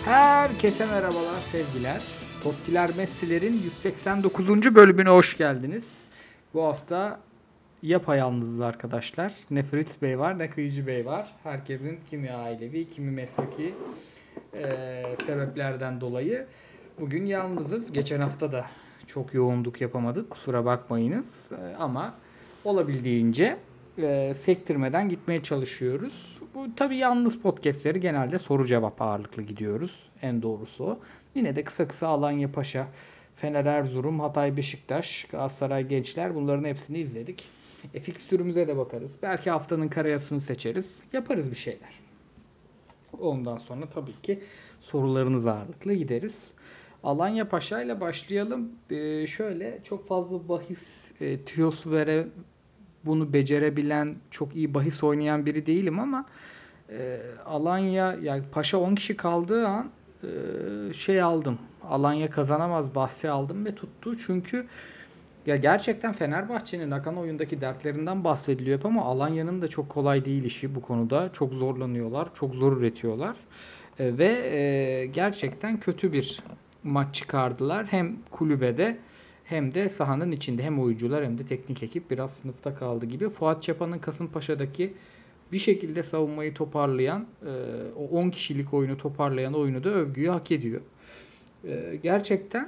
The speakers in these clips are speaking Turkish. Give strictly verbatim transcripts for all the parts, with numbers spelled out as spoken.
Herkese merhabalar, sevgiler. Tottiler Messi'lerin yüz seksen dokuzuncu bölümüne hoş geldiniz. Bu hafta yapayalnızız arkadaşlar. Ne Fritz Bey var ne Kıyıcı Bey var. Herkesin kimi ailevi, kimi mesleki eee, sebeplerden dolayı bugün yalnızız. Geçen hafta da çok yoğunduk yapamadık. Kusura bakmayınız. Eee, ama olabildiğince eee, sektirmeden gitmeye çalışıyoruz. Bu tabii yalnız podcastleri genelde soru cevap ağırlıklı gidiyoruz. En doğrusu o. Yine de kısa kısa Alanya Paşa, Fener Erzurum, Hatay Beşiktaş, Galatasaray Gençler bunların hepsini izledik. E, fikstürümüze de bakarız. Belki haftanın karayasını seçeriz. Yaparız bir şeyler. Ondan sonra tabii ki sorularınız ağırlıklı gideriz. Alanya Paşa ile başlayalım. Ee, şöyle çok fazla bahis e, tüyosu vere bunu becerebilen, çok iyi bahis oynayan biri değilim ama e, Alanya yani Paşa on kişi kaldığı an e, şey aldım. Alanya kazanamaz bahsi aldım ve tuttu. Çünkü ya gerçekten Fenerbahçe'nin akan oyundaki dertlerinden bahsediliyor hep ama Alanya'nın da çok kolay değil işi bu konuda. Çok zorlanıyorlar, çok zor üretiyorlar. E, ve e, gerçekten kötü bir maç çıkardılar. Hem kulübede hem de sahanın içinde hem oyuncular hem de teknik ekip biraz sınıfta kaldı gibi. Fuat Çapa'nın Kasımpaşa'daki bir şekilde savunmayı toparlayan, e, o on kişilik oyunu toparlayan oyunu da övgüyü hak ediyor. E, gerçekten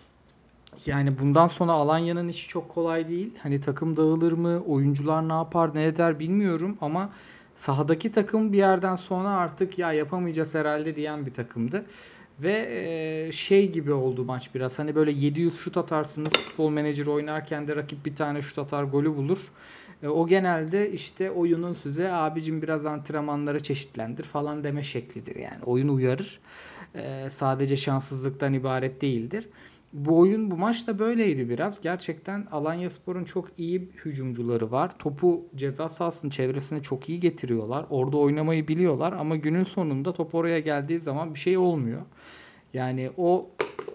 yani bundan sonra Alanya'nın işi çok kolay değil. Hani takım dağılır mı, oyuncular ne yapar, ne eder bilmiyorum ama sahadaki takım bir yerden sonra artık ya yapamayacağız herhalde diyen bir takımdı. Ve e, şey gibi oldu maç biraz. Hani böyle yedi yüz şut atarsınız futbol menajeri oynarken de rakip bir tane şut atar golü bulur. E, o genelde işte oyunun size abicim biraz antrenmanları çeşitlendir falan deme şeklidir yani. Oyun uyarır. E, sadece şanssızlıktan ibaret değildir. Bu oyun bu maç da böyleydi biraz. Gerçekten Alanyaspor'un çok iyi hücumcuları var. Topu ceza sahasının çevresine çok iyi getiriyorlar. Orada oynamayı biliyorlar ama günün sonunda top oraya geldiği zaman bir şey olmuyor. Yani o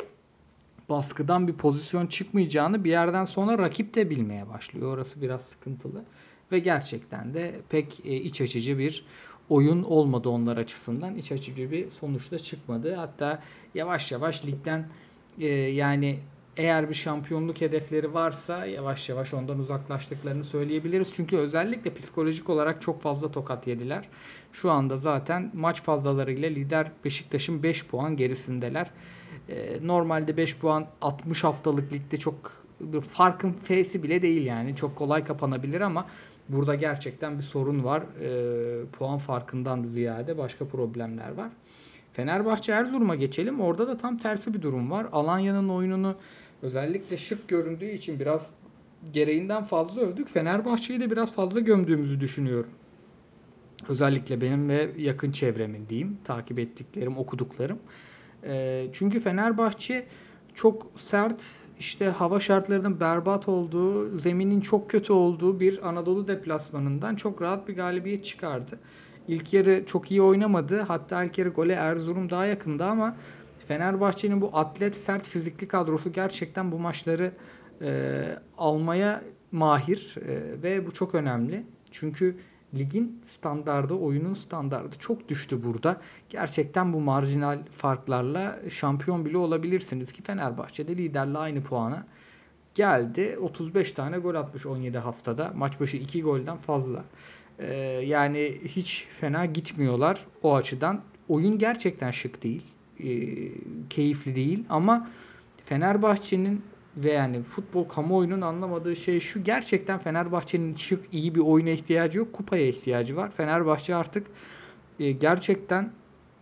baskıdan bir pozisyon çıkmayacağını bir yerden sonra rakip de bilmeye başlıyor. Orası biraz sıkıntılı. Ve gerçekten de pek e, iç açıcı bir oyun olmadı onlar açısından. İç açıcı bir sonuçta çıkmadı. Hatta yavaş yavaş ligden e, yani eğer bir şampiyonluk hedefleri varsa yavaş yavaş ondan uzaklaştıklarını söyleyebiliriz. Çünkü özellikle psikolojik olarak çok fazla tokat yediler. Şu anda zaten maç fazlalarıyla lider Beşiktaş'ın beş puan gerisindeler. Ee, normalde beş puan altmış haftalık ligde çok farkın f'si bile değil yani. Çok kolay kapanabilir ama burada gerçekten bir sorun var. Ee, puan farkından ziyade başka problemler var. Fenerbahçe Erzurum'a geçelim. Orada da tam tersi bir durum var. Alanya'nın oyununu özellikle şık göründüğü için biraz gereğinden fazla övdük. Fenerbahçe'yi de biraz fazla gömdüğümüzü düşünüyorum. Özellikle benim ve yakın çevremin diyeyim, takip ettiklerim, okuduklarım. Ee, çünkü Fenerbahçe çok sert, işte hava şartlarının berbat olduğu, zeminin çok kötü olduğu bir Anadolu deplasmanından çok rahat bir galibiyet çıkardı. İlk yarı çok iyi oynamadı. Hatta ilk yarı gole Erzurum daha yakındı ama Fenerbahçe'nin bu atlet, sert fizikli kadrosu gerçekten bu maçları e, almaya mahir e, ve bu çok önemli. Çünkü ligin standardı, oyunun standardı çok düştü burada. Gerçekten bu marjinal farklarla şampiyon bile olabilirsiniz ki Fenerbahçe'de liderle aynı puana geldi. otuz beş tane gol atmış on yedi haftada. Maç başı iki golden fazla. Ee, yani hiç fena gitmiyorlar o açıdan. Oyun gerçekten şık değil. Ee, keyifli değil ama Fenerbahçe'nin ve yani futbol kamuoyunun anlamadığı şey şu: gerçekten Fenerbahçe'nin şık iyi bir oyuna ihtiyacı yok, kupaya ihtiyacı var. Fenerbahçe artık e, gerçekten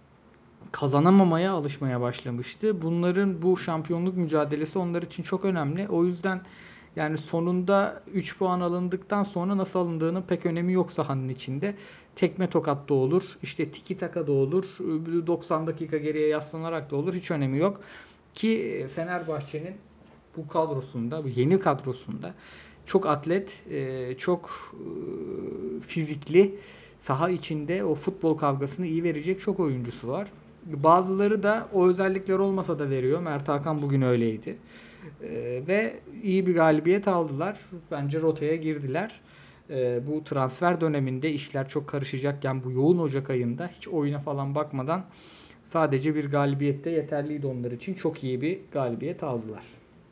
kazanamamaya alışmaya başlamıştı. Bunların bu şampiyonluk mücadelesi onlar için çok önemli. O yüzden yani sonunda üç puan alındıktan sonra nasıl alındığının pek önemi yok sahanın içinde. Tekme tokat da olur, işte tiki taka da olur, doksan dakika geriye yaslanarak da olur. Hiç önemi yok. Ki Fenerbahçe'nin bu kadrosunda, bu yeni kadrosunda çok atlet, e, çok e, fizikli, saha içinde o futbol kavgasını iyi verecek çok oyuncusu var. Bazıları da o özellikler olmasa da veriyor. Mert Hakan bugün öyleydi. Ee, ve iyi bir galibiyet aldılar. Bence rotaya girdiler. Ee, bu transfer döneminde işler çok karışacakken bu yoğun Ocak ayında hiç oyuna falan bakmadan Sadece bir galibiyette yeterliydi onlar için. Çok iyi bir galibiyet aldılar.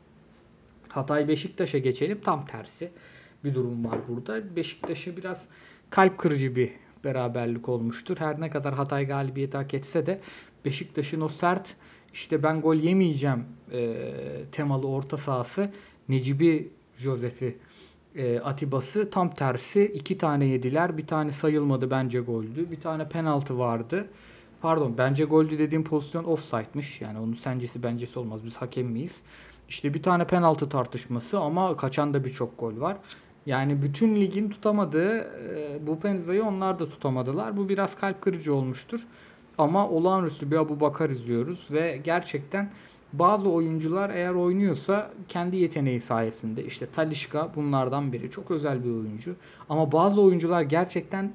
Hatay Beşiktaş'a geçelim. Tam tersi bir durum var burada. Beşiktaş'ı biraz kalp kırıcı bir beraberlik olmuştur. Her ne kadar Hatay galibiyeti hak etse de Beşiktaş'ın o sert işte ben gol yemeyeceğim e, temalı orta sahası Necibi Josef'i e, Atiba'sı tam tersi iki tane yediler. Bir tane sayılmadı bence goldü. Bir tane penaltı vardı. Pardon bence goldü dediğim pozisyon offside'mış. Yani onun sencesi bencesi olmaz. Biz hakem miyiz? İşte bir tane penaltı tartışması ama kaçan da birçok gol var. Yani bütün ligin tutamadığı e, bu Penza'yı onlar da tutamadılar. Bu biraz kalp kırıcı olmuştur. Ama olağanüstü bir Abubakar izliyoruz ve gerçekten bazı oyuncular eğer oynuyorsa kendi yeteneği sayesinde işte Talisca bunlardan biri. Çok özel bir oyuncu. Ama bazı oyuncular gerçekten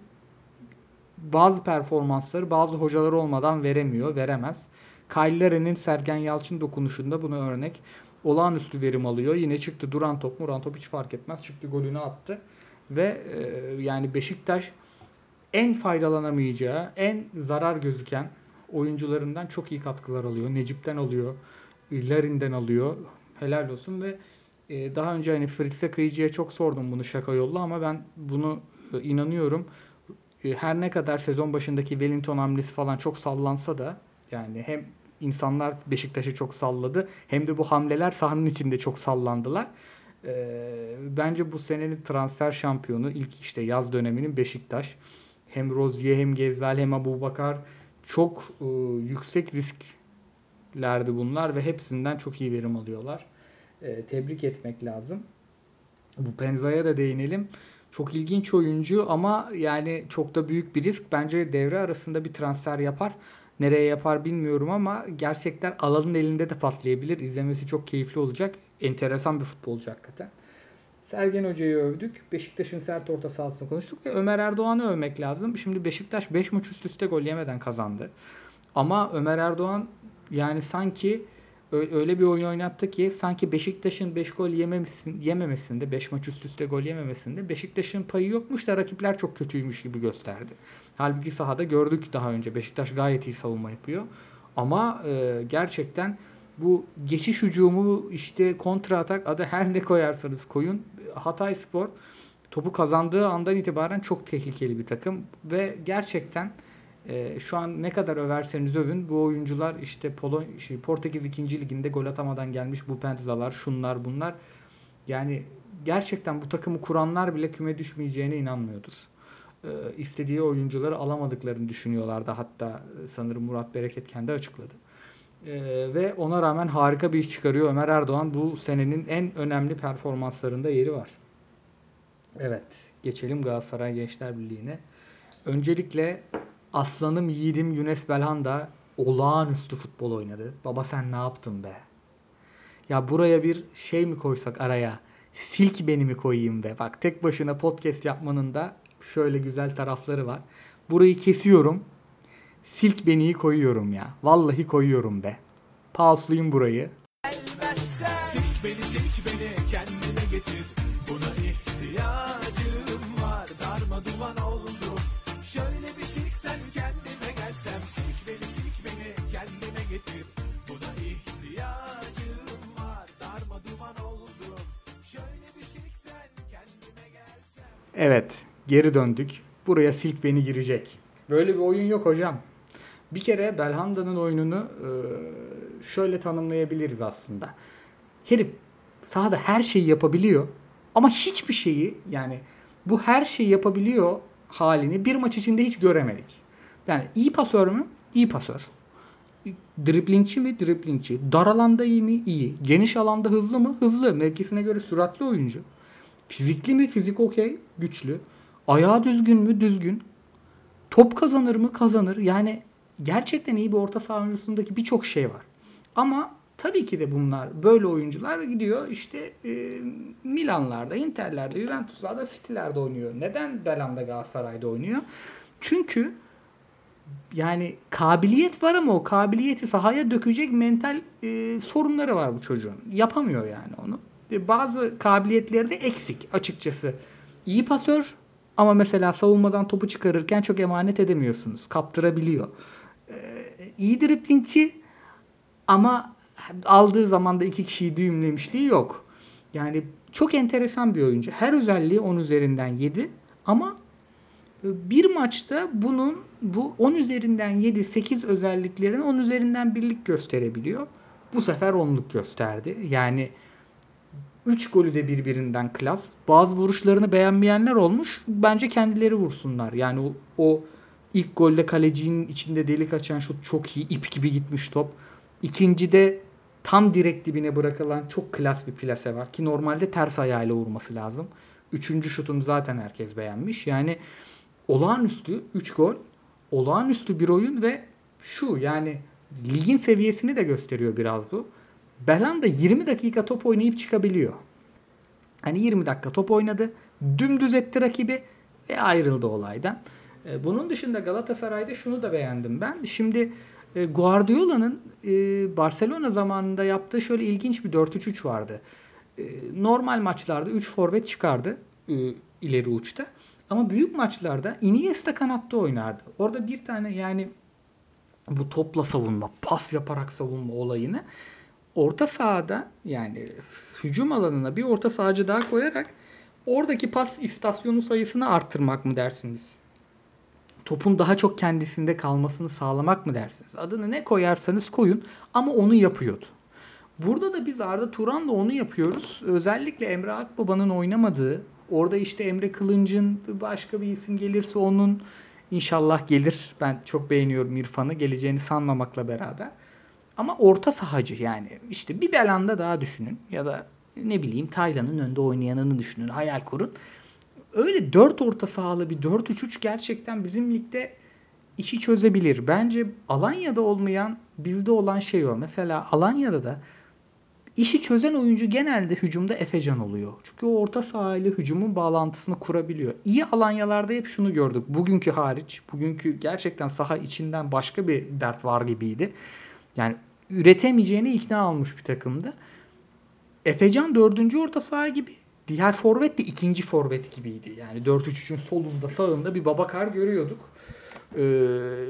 bazı performansları bazı hocalar olmadan veremiyor, veremez. Kyle Larin'in Sergen Yalçın dokunuşunda buna örnek. Olağanüstü verim alıyor. Yine çıktı duran top, muran top hiç fark etmez. Çıktı golünü attı. Ve e, yani Beşiktaş en faydalanamayacağı, en zarar gözüken oyuncularından çok iyi katkılar alıyor. Necip'ten alıyor, Larin'den alıyor. Helal olsun ve e, daha önce hani Fritz'e Kıyıcı'ya çok sordum bunu şaka yolla ama ben bunu e, inanıyorum. E, her ne kadar sezon başındaki Wellington hamlesi falan çok sallansa da yani hem insanlar Beşiktaş'ı çok salladı hem de bu hamleler sahanın içinde çok sallandılar. E, bence bu senenin transfer şampiyonu ilk işte yaz döneminin Beşiktaş. Hem Rozier hem Gezzal hem Abubakar çok e, yüksek risklerdi bunlar ve hepsinden çok iyi verim alıyorlar. E, tebrik etmek lazım. Bu Penza'ya da değinelim. Çok ilginç oyuncu ama yani çok da büyük bir risk. Bence devre arasında bir transfer yapar. Nereye yapar bilmiyorum ama gerçekten alanın elinde de patlayabilir. İzlemesi çok keyifli olacak. Enteresan bir futbolcu hakikaten. Sergen Hoca'yı övdük. Beşiktaş'ın sert orta sahasını konuştuk ve Ömer Erdoğan'ı övmek lazım. Şimdi Beşiktaş beş maç üst üste gol yemeden kazandı. Ama Ömer Erdoğan yani sanki öyle bir oyun oynattı ki sanki Beşiktaş'ın beş gol yememesin, yememesinde, beş maç üst üste gol yememesinde Beşiktaş'ın payı yokmuş da rakipler çok kötüymüş gibi gösterdi. Halbuki sahada gördük daha önce Beşiktaş gayet iyi savunma yapıyor. Ama e, gerçekten bu geçiş hücumu işte kontra atak adı her ne koyarsanız koyun Hatayspor topu kazandığı andan itibaren çok tehlikeli bir takım ve gerçekten e, şu an ne kadar överseniz övün bu oyuncular işte Polon şey, Portekiz ikinci liginde gol atamadan gelmiş bu Penzalar şunlar bunlar yani gerçekten bu takımı kuranlar bile küme düşmeyeceğine inanmıyordur. E, istediği oyuncuları alamadıklarını düşünüyorlardı hatta sanırım Murat Bereket kendi açıkladı. Ee, ve ona rağmen harika bir iş çıkarıyor. Ömer Erdoğan bu senenin en önemli performanslarında yeri var. Evet, geçelim Galatasaray Gençler Birliği'ne. Öncelikle aslanım yiğidim Younes Belhanda olağanüstü futbol oynadı. Baba sen ne yaptın be? Ya buraya bir şey mi koysak araya? Silk beni mi koyayım be? Bak tek başına podcast yapmanın da şöyle güzel tarafları var. Burayı kesiyorum. Silk beni'yi koyuyorum ya. Vallahi koyuyorum be. Pause'layayım burayı. Silk beni silk beni kendine getir. Buna ihtiyacım var. Darma duman oldum. Şöyle bir silk sen kendime gelsem. Silk beni silk beni kendine getir. Buna ihtiyacım var. Darma duman oldum. Şöyle bir silk sen kendime gelsem. Evet, geri döndük. Buraya silk beni girecek. Böyle bir oyun yok hocam. Bir kere Belhanda'nın oyununu şöyle tanımlayabiliriz aslında. Herif sahada her şeyi yapabiliyor ama hiçbir şeyi yani bu her şeyi yapabiliyor halini bir maç içinde hiç göremedik. Yani iyi pasör mü? İyi pasör. Driblingçi mi? Driblingçi. Dar alanda iyi mi? İyi. Geniş alanda hızlı mı? Hızlı. Mevkisine göre süratli oyuncu. Fizikli mi? Fizik okey. Güçlü. Ayağı düzgün mü? Düzgün. Top kazanır mı? Kazanır. Yani gerçekten iyi bir orta saha oyuncusundaki birçok şey var. Ama tabii ki de bunlar böyle oyuncular gidiyor işte e, Milan'larda, Inter'lerde, Juventus'larda, City'lerde oynuyor. Neden Belhanda Galatasaray'da oynuyor? Çünkü yani kabiliyet var ama o kabiliyeti sahaya dökecek mental e, sorunları var bu çocuğun. Yapamıyor yani onu. E, bazı kabiliyetleri de eksik açıkçası. İyi pasör ama mesela savunmadan topu çıkarırken çok emanet edemiyorsunuz. Kaptırabiliyor. E, iyi driplingçi ama aldığı zaman da iki kişiyi düğümlemişliği yok. Yani çok enteresan bir oyuncu. Her özelliği on üzerinden yedi ama bir maçta bunun bu on üzerinden yedi sekiz özelliklerini on üzerinden birlik gösterebiliyor. Bu sefer onluk gösterdi. Yani üç golü de birbirinden klas. Bazı vuruşlarını beğenmeyenler olmuş. Bence kendileri vursunlar. Yani o, o ilk golde kalecinin içinde delik açan şut çok iyi. İp gibi gitmiş top. İkincide tam direkt dibine bırakılan çok klas bir plase var. Ki normalde ters ayağıyla vurması lazım. Üçüncü şutunu zaten herkes beğenmiş. Yani olağanüstü üç gol. Olağanüstü bir oyun ve şu yani ligin seviyesini de gösteriyor biraz bu. Belhanda yirmi dakika top oynayıp çıkabiliyor. Hani yirmi dakika top oynadı. Dümdüz etti rakibi ve ayrıldı olaydan. Bunun dışında Galatasaray'da şunu da beğendim ben. Şimdi Guardiola'nın Barcelona zamanında yaptığı şöyle ilginç bir dört üç üç vardı. Normal maçlarda üç forvet çıkardı ileri uçta. Ama büyük maçlarda Iniesta kanatta oynardı. Orada bir tane yani bu topla savunma, pas yaparak savunma olayını orta sahada yani hücum alanına bir orta sahacı daha koyarak oradaki pas istasyonu sayısını arttırmak mı dersiniz? Topun daha çok kendisinde kalmasını sağlamak mı dersiniz? Adını ne koyarsanız koyun ama onu yapıyordu. Burada da biz Arda Turan'la onu yapıyoruz. Özellikle Emre Akbaba'nın oynamadığı, orada işte Emre Kılınç'ın başka bir isim gelirse onun inşallah gelir. Ben çok beğeniyorum İrfan'ı. Geleceğini sanmamakla beraber. Ama orta sahacı yani. İşte bir Belanda daha düşünün. Ya da ne bileyim Taylan'ın önünde oynayanını düşünün. Hayal kurun. Öyle dört orta sahalı bir dört üç üç gerçekten bizim ligde işi çözebilir. Bence Alanya'da olmayan bizde olan şey o. Mesela Alanya'da da işi çözen oyuncu genelde hücumda Efecan oluyor. Çünkü o orta saha ile hücumun bağlantısını kurabiliyor. İyi Alanyalarda hep şunu gördük. Bugünkü hariç. Bugünkü gerçekten saha içinden başka bir dert var gibiydi. Yani üretemeyeceğine ikna olmuş bir takımdı. Efecan dördüncü orta saha gibi. Diğer forvet de ikinci forvet gibiydi. Yani dört üç üçün solunda sağında bir Babakar görüyorduk. Ee,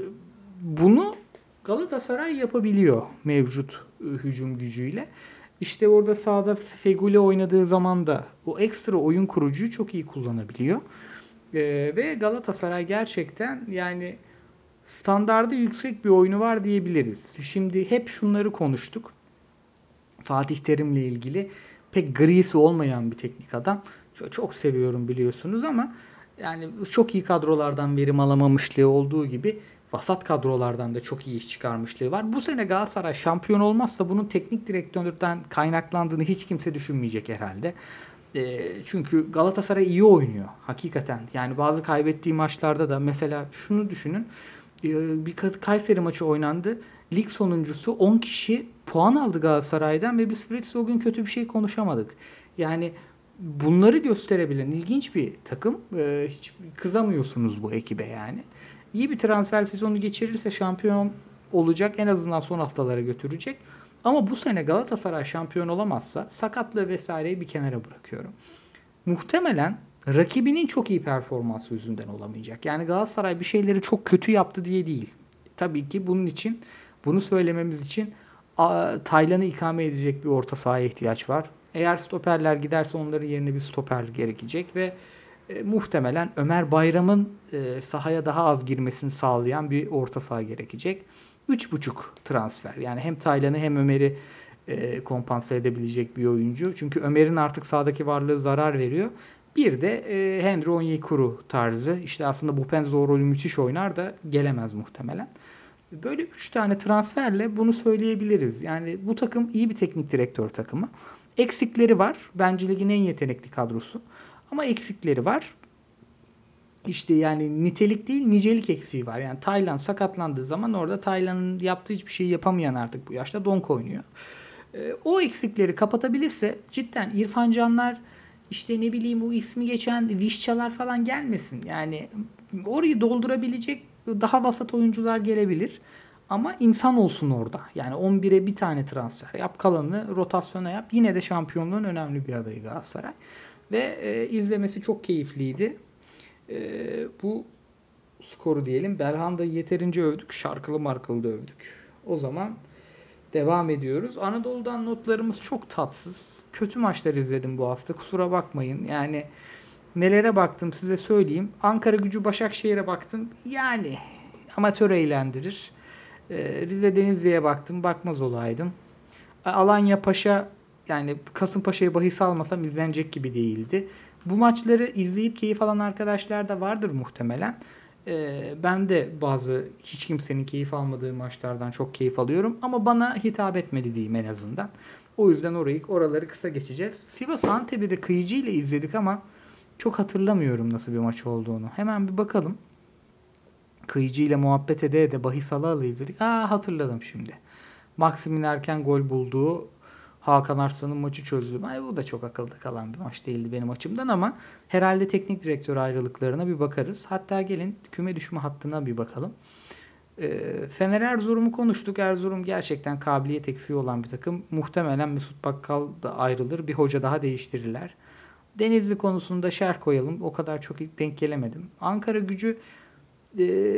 bunu Galatasaray yapabiliyor mevcut e, hücum gücüyle. İşte orada sahada Feguli oynadığı zaman da o ekstra oyun kurucuyu çok iyi kullanabiliyor. Ee, ve Galatasaray gerçekten yani standardı yüksek bir oyunu var diyebiliriz. Şimdi hep şunları konuştuk. Fatih Terim'le ilgili pek grisi olmayan bir teknik adam. Çok, çok seviyorum biliyorsunuz ama yani çok iyi kadrolardan verim alamamışlığı olduğu gibi vasat kadrolardan da çok iyi iş çıkarmışlığı var. Bu sene Galatasaray şampiyon olmazsa bunun teknik direktörden kaynaklandığını hiç kimse düşünmeyecek herhalde. E, çünkü Galatasaray iyi oynuyor hakikaten. Yani bazı kaybettiği maçlarda da mesela şunu düşünün. E, bir Kayseri maçı oynandı. Lig sonuncusu on kişi puan aldı Galatasaray'dan ve biz Fritz o gün kötü bir şey konuşamadık. Yani bunları gösterebilen ilginç bir takım. E, hiç kızamıyorsunuz bu ekibe yani. İyi bir transfer sezonu geçirirse şampiyon olacak. En azından son haftalara götürecek. Ama bu sene Galatasaray şampiyon olamazsa sakatlığı vesaireyi bir kenara bırakıyorum. Muhtemelen rakibinin çok iyi performansı yüzünden olamayacak. Yani Galatasaray bir şeyleri çok kötü yaptı diye değil. Tabii ki bunun için, bunu söylememiz için Taylan'ı ikame edecek bir orta sahaya ihtiyaç var. Eğer stoperler giderse onların yerine bir stoper gerekecek ve e, muhtemelen Ömer Bayram'ın e, sahaya daha az girmesini sağlayan bir orta saha gerekecek. üç buçuk transfer. Yani hem Taylan'ı hem Ömer'i e, kompanse edebilecek bir oyuncu. Çünkü Ömer'in artık sahadaki varlığı zarar veriyor. Bir de e, Henry Onyekuru tarzı. İşte aslında Bupenzo o rolü müthiş oynar da gelemez muhtemelen. Böyle üç tane transferle bunu söyleyebiliriz. Yani bu takım iyi bir teknik direktör takımı. Eksikleri var. Bence ligin en yetenekli kadrosu. Ama eksikleri var. İşte yani nitelik değil nicelik eksiği var. Yani Taylan sakatlandığı zaman orada Taylan'ın yaptığı hiçbir şeyi yapamayan artık bu yaşta Donk oynuyor. Ee, o eksikleri kapatabilirse cidden İrfan Canlar işte ne bileyim bu ismi geçen Vişçalar falan gelmesin. Yani orayı doldurabilecek daha vasat oyuncular gelebilir. Ama insan olsun orada. Yani on bire bir tane transfer yap. Kalanını rotasyona yap. Yine de şampiyonluğun önemli bir adayı Galatasaray. Ve e, izlemesi çok keyifliydi. E, bu skoru diyelim. Belhanda'yı yeterince övdük. Şarkılı markalı da övdük. O zaman devam ediyoruz. Anadolu'dan notlarımız çok tatsız. Kötü maçlar izledim bu hafta. Kusura bakmayın. Yani nelere baktım size söyleyeyim. Ankaragücü Başakşehir'e baktım. Yani amatör eğlendirir. Ee, Rize Denizli'ye baktım. Bakmaz olaydım. Alanya Paşa, yani Kasımpaşa'yı bahis almasam izlenecek gibi değildi. Bu maçları izleyip keyif alan arkadaşlar da vardır muhtemelen. Ee, ben de bazı hiç kimsenin keyif almadığı maçlardan çok keyif alıyorum. Ama bana hitap etmedi diyeyim en azından. O yüzden orayı, oraları kısa geçeceğiz. Sivas Antep'i de Kıyıcı ile izledik ama çok hatırlamıyorum nasıl bir maç olduğunu. Hemen bir bakalım. Kıyıcı ile muhabbet ede de bahis ala ala izledik. Aa, hatırladım şimdi. Maxim'in erken gol bulduğu, Hakan Arslan'ın maçı çözdü. Ay, bu da çok akılda kalan bir maç değildi benim açımdan ama herhalde teknik direktör ayrılıklarına bir bakarız. Hatta gelin küme düşme hattına bir bakalım. E, Fener Erzurum'u konuştuk. Erzurum gerçekten kabiliyet eksiği olan bir takım. Muhtemelen Mesut Bakkal da ayrılır. Bir hoca daha değiştirirler. Denizli konusunda şerh koyalım. O kadar çok denk gelemedim. Ankaragücü e,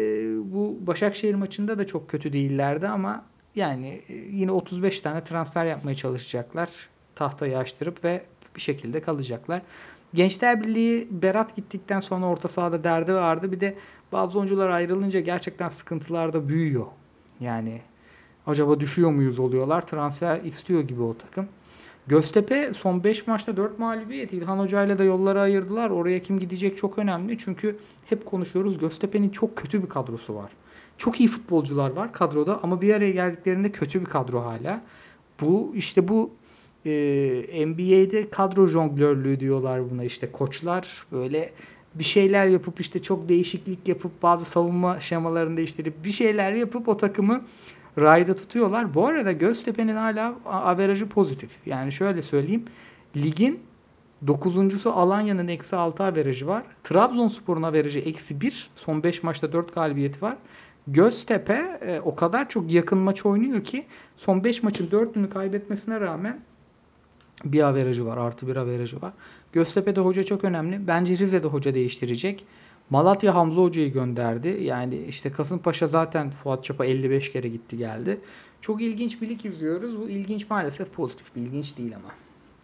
bu Başakşehir maçında da çok kötü değillerdi ama yani yine otuz beş tane transfer yapmaya çalışacaklar. Tahtayı açtırıp ve bir şekilde kalacaklar. Gençler Birliği, Berat gittikten sonra orta sahada derdi vardı. Bir de bazı oyuncular ayrılınca gerçekten sıkıntılar da büyüyor. Yani acaba düşüyor muyuz oluyorlar. Transfer istiyor gibi o takım. Göztepe son beş maçta dört mağlubiyet. İlhan Hoca ile de yolları ayırdılar. Oraya kim gidecek çok önemli. Çünkü hep konuşuyoruz. Göztepe'nin çok kötü bir kadrosu var. Çok iyi futbolcular var kadroda ama bir araya geldiklerinde kötü bir kadro hala. Bu işte bu e, N B A'de kadro jonglörlüğü diyorlar buna, işte koçlar böyle bir şeyler yapıp işte çok değişiklik yapıp bazı savunma şemalarını değiştirip bir şeyler yapıp o takımı rayda tutuyorlar. Bu arada Göztepe'nin hala averajı pozitif. Yani şöyle söyleyeyim. Ligin dokuzuncusu Alanya'nın eksi altı averajı var. Trabzonspor'un averajı eksi bir. Son beş maçta dört galibiyeti var. Göztepe e, o kadar çok yakın maç oynuyor ki son beş maçın dördünü kaybetmesine rağmen bir averajı var. Artı bir averajı var. Göztepe'de hoca çok önemli. Bence Rize'de hoca değiştirecek. Malatya Hamza Hoca'yı gönderdi. Yani işte Kasımpaşa zaten Fuat Çapa elli beş kere gitti geldi. Çok ilginç bir lig izliyoruz. Bu ilginç maalesef pozitif bir ilginç değil ama.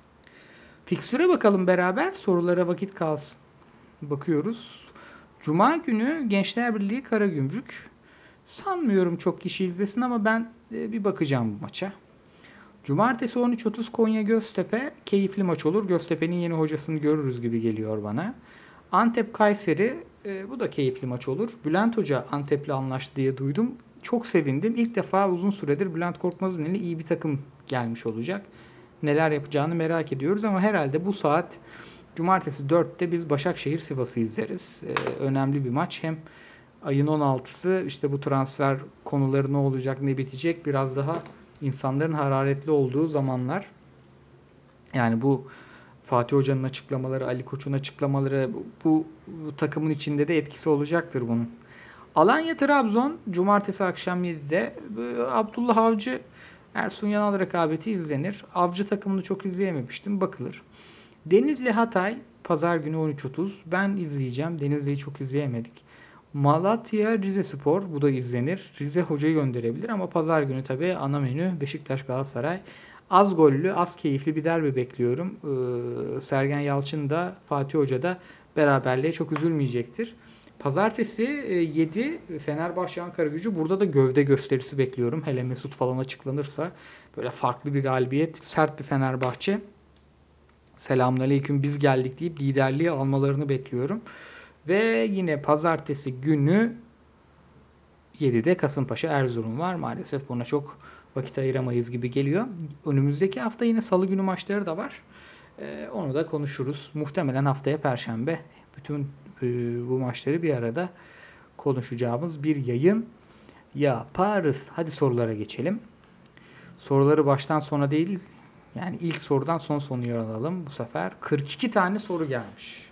Fikstüre bakalım beraber. Sorulara vakit kalsın. Bakıyoruz. Cuma günü Gençler Birliği Karagümrük. Sanmıyorum çok kişi izlesin ama ben bir bakacağım bu maça. Cumartesi on üç otuz Konya Göztepe. Keyifli maç olur. Göztepe'nin yeni hocasını görürüz gibi geliyor bana. Antep Kayseri. E, bu da keyifli maç olur. Bülent Hoca Antep'le anlaştı diye duydum. Çok sevindim. İlk defa uzun süredir Bülent Korkmaz'ın eline iyi bir takım gelmiş olacak. Neler yapacağını merak ediyoruz ama herhalde bu saat Cumartesi dörtte biz Başakşehir Sivas'ı izleriz. E, önemli bir maç. Hem ayın on altısı işte bu transfer konuları ne olacak, ne bitecek, biraz daha insanların hararetli olduğu zamanlar. Yani bu Fatih Hoca'nın açıklamaları, Ali Koç'un açıklamaları bu, bu, bu takımın içinde de etkisi olacaktır bunun. Alanya Trabzon Cumartesi akşam yedide. Abdullah Avcı Ersun Yanal rekabeti izlenir. Avcı takımını çok izleyememiştim. Bakılır. Denizli Hatay Pazar günü on üç otuz. Ben izleyeceğim. Denizli'yi çok izleyemedik. Malatya Rizespor, bu da izlenir. Rize hocayı gönderebilir ama pazar günü tabii ana menü Beşiktaş Galatasaray. Az gollü, az keyifli bir derbi bekliyorum. Ee, Sergen Yalçın da Fatih Hoca da beraberliğe çok üzülmeyecektir. Pazartesi yedi Fenerbahçe Ankaragücü. Burada da gövde gösterisi bekliyorum. Hele Mesut falan açıklanırsa böyle farklı bir galibiyet, sert bir Fenerbahçe. Selamünaleyküm biz geldik deyip liderliği almalarını bekliyorum. Ve yine pazartesi günü yedide Kasımpaşa Erzurum var. Maalesef buna çok vakit ayıramayız gibi geliyor. Önümüzdeki hafta yine salı günü maçları da var. Ee, onu da konuşuruz. Muhtemelen haftaya Perşembe bütün e, bu maçları bir arada konuşacağımız bir yayın yaparız. Hadi sorulara geçelim. Soruları baştan sona değil, yani ilk sorudan son soruyu alalım bu sefer. kırk iki tane soru gelmiş.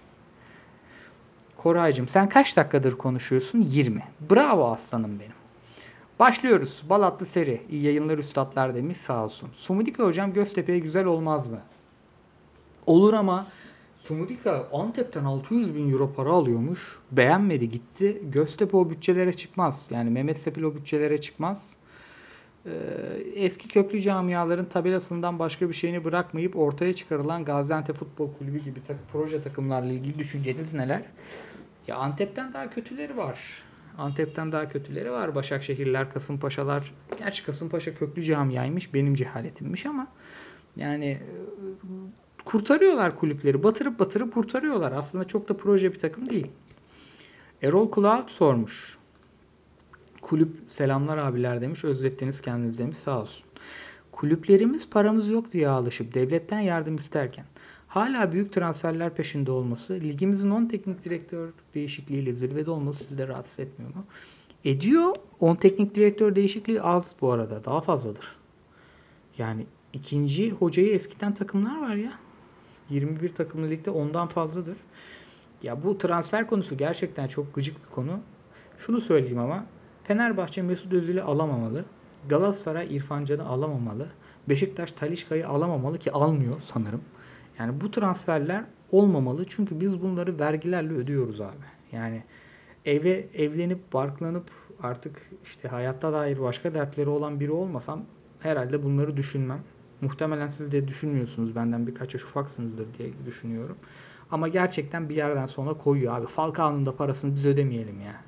Koraycığım sen kaç dakikadır konuşuyorsun? yirmi. Bravo aslanım benim. Başlıyoruz. Balatlı seri. İyi yayınlar üstadlar demiş, sağ olsun. Sumudike hocam Göztepe'ye güzel olmaz mı? Olur ama Sumudika Antep'ten altı yüz bin euro para alıyormuş. Beğenmedi gitti. Göztepe o bütçelere çıkmaz. Yani Mehmet Sepil o bütçelere çıkmaz. Ee, eski köklü camiaların tabelasından başka bir şeyini bırakmayıp ortaya çıkarılan Gaziantep Futbol Kulübü gibi tak- proje takımlarla ilgili düşünceniz neler? Ya Antep'ten daha kötüleri var. Antep'ten daha kötüleri var. Başakşehirler, Kasımpaşalar. Gerçi Kasımpaşa köklü camiaymış. Benim cehaletimmiş ama yani e, kurtarıyorlar kulüpleri. Batırıp batırıp kurtarıyorlar. Aslında çok da proje bir takım değil. Erol Cloud sormuş. Kulüp selamlar abiler demiş. Özlettiniz kendiniz demiş. Sağ olsun. Kulüplerimiz paramız yok diye alışıp devletten yardım isterken hala büyük transferler peşinde olması, ligimizin on teknik direktör değişikliğiyle zirvede olması sizi de rahatsız etmiyor mu? Ediyor. on teknik direktör değişikliği az bu arada. Daha fazladır. Yani ikinci hocayı eskiden takımlar var ya. yirmi bir takımlı ligde ondan fazladır. Ya bu transfer konusu gerçekten çok gıcık bir konu. Şunu söyleyeyim ama Fenerbahçe Mesut Özil'i alamamalı. Galatasaray İrfan Can'ı alamamalı. Beşiktaş Talisca'yı alamamalı ki almıyor sanırım. Yani bu transferler olmamalı çünkü biz bunları vergilerle ödüyoruz abi. Yani eve evlenip barklanıp artık işte hayatta dair başka dertleri olan biri olmasam herhalde bunları düşünmem. Muhtemelen siz de düşünmüyorsunuz, benden birkaç yaş ufaksınızdır diye düşünüyorum. Ama gerçekten bir yerden sonra koyuyor abi. Falcao'nun da parasını biz ödemeyelim ya.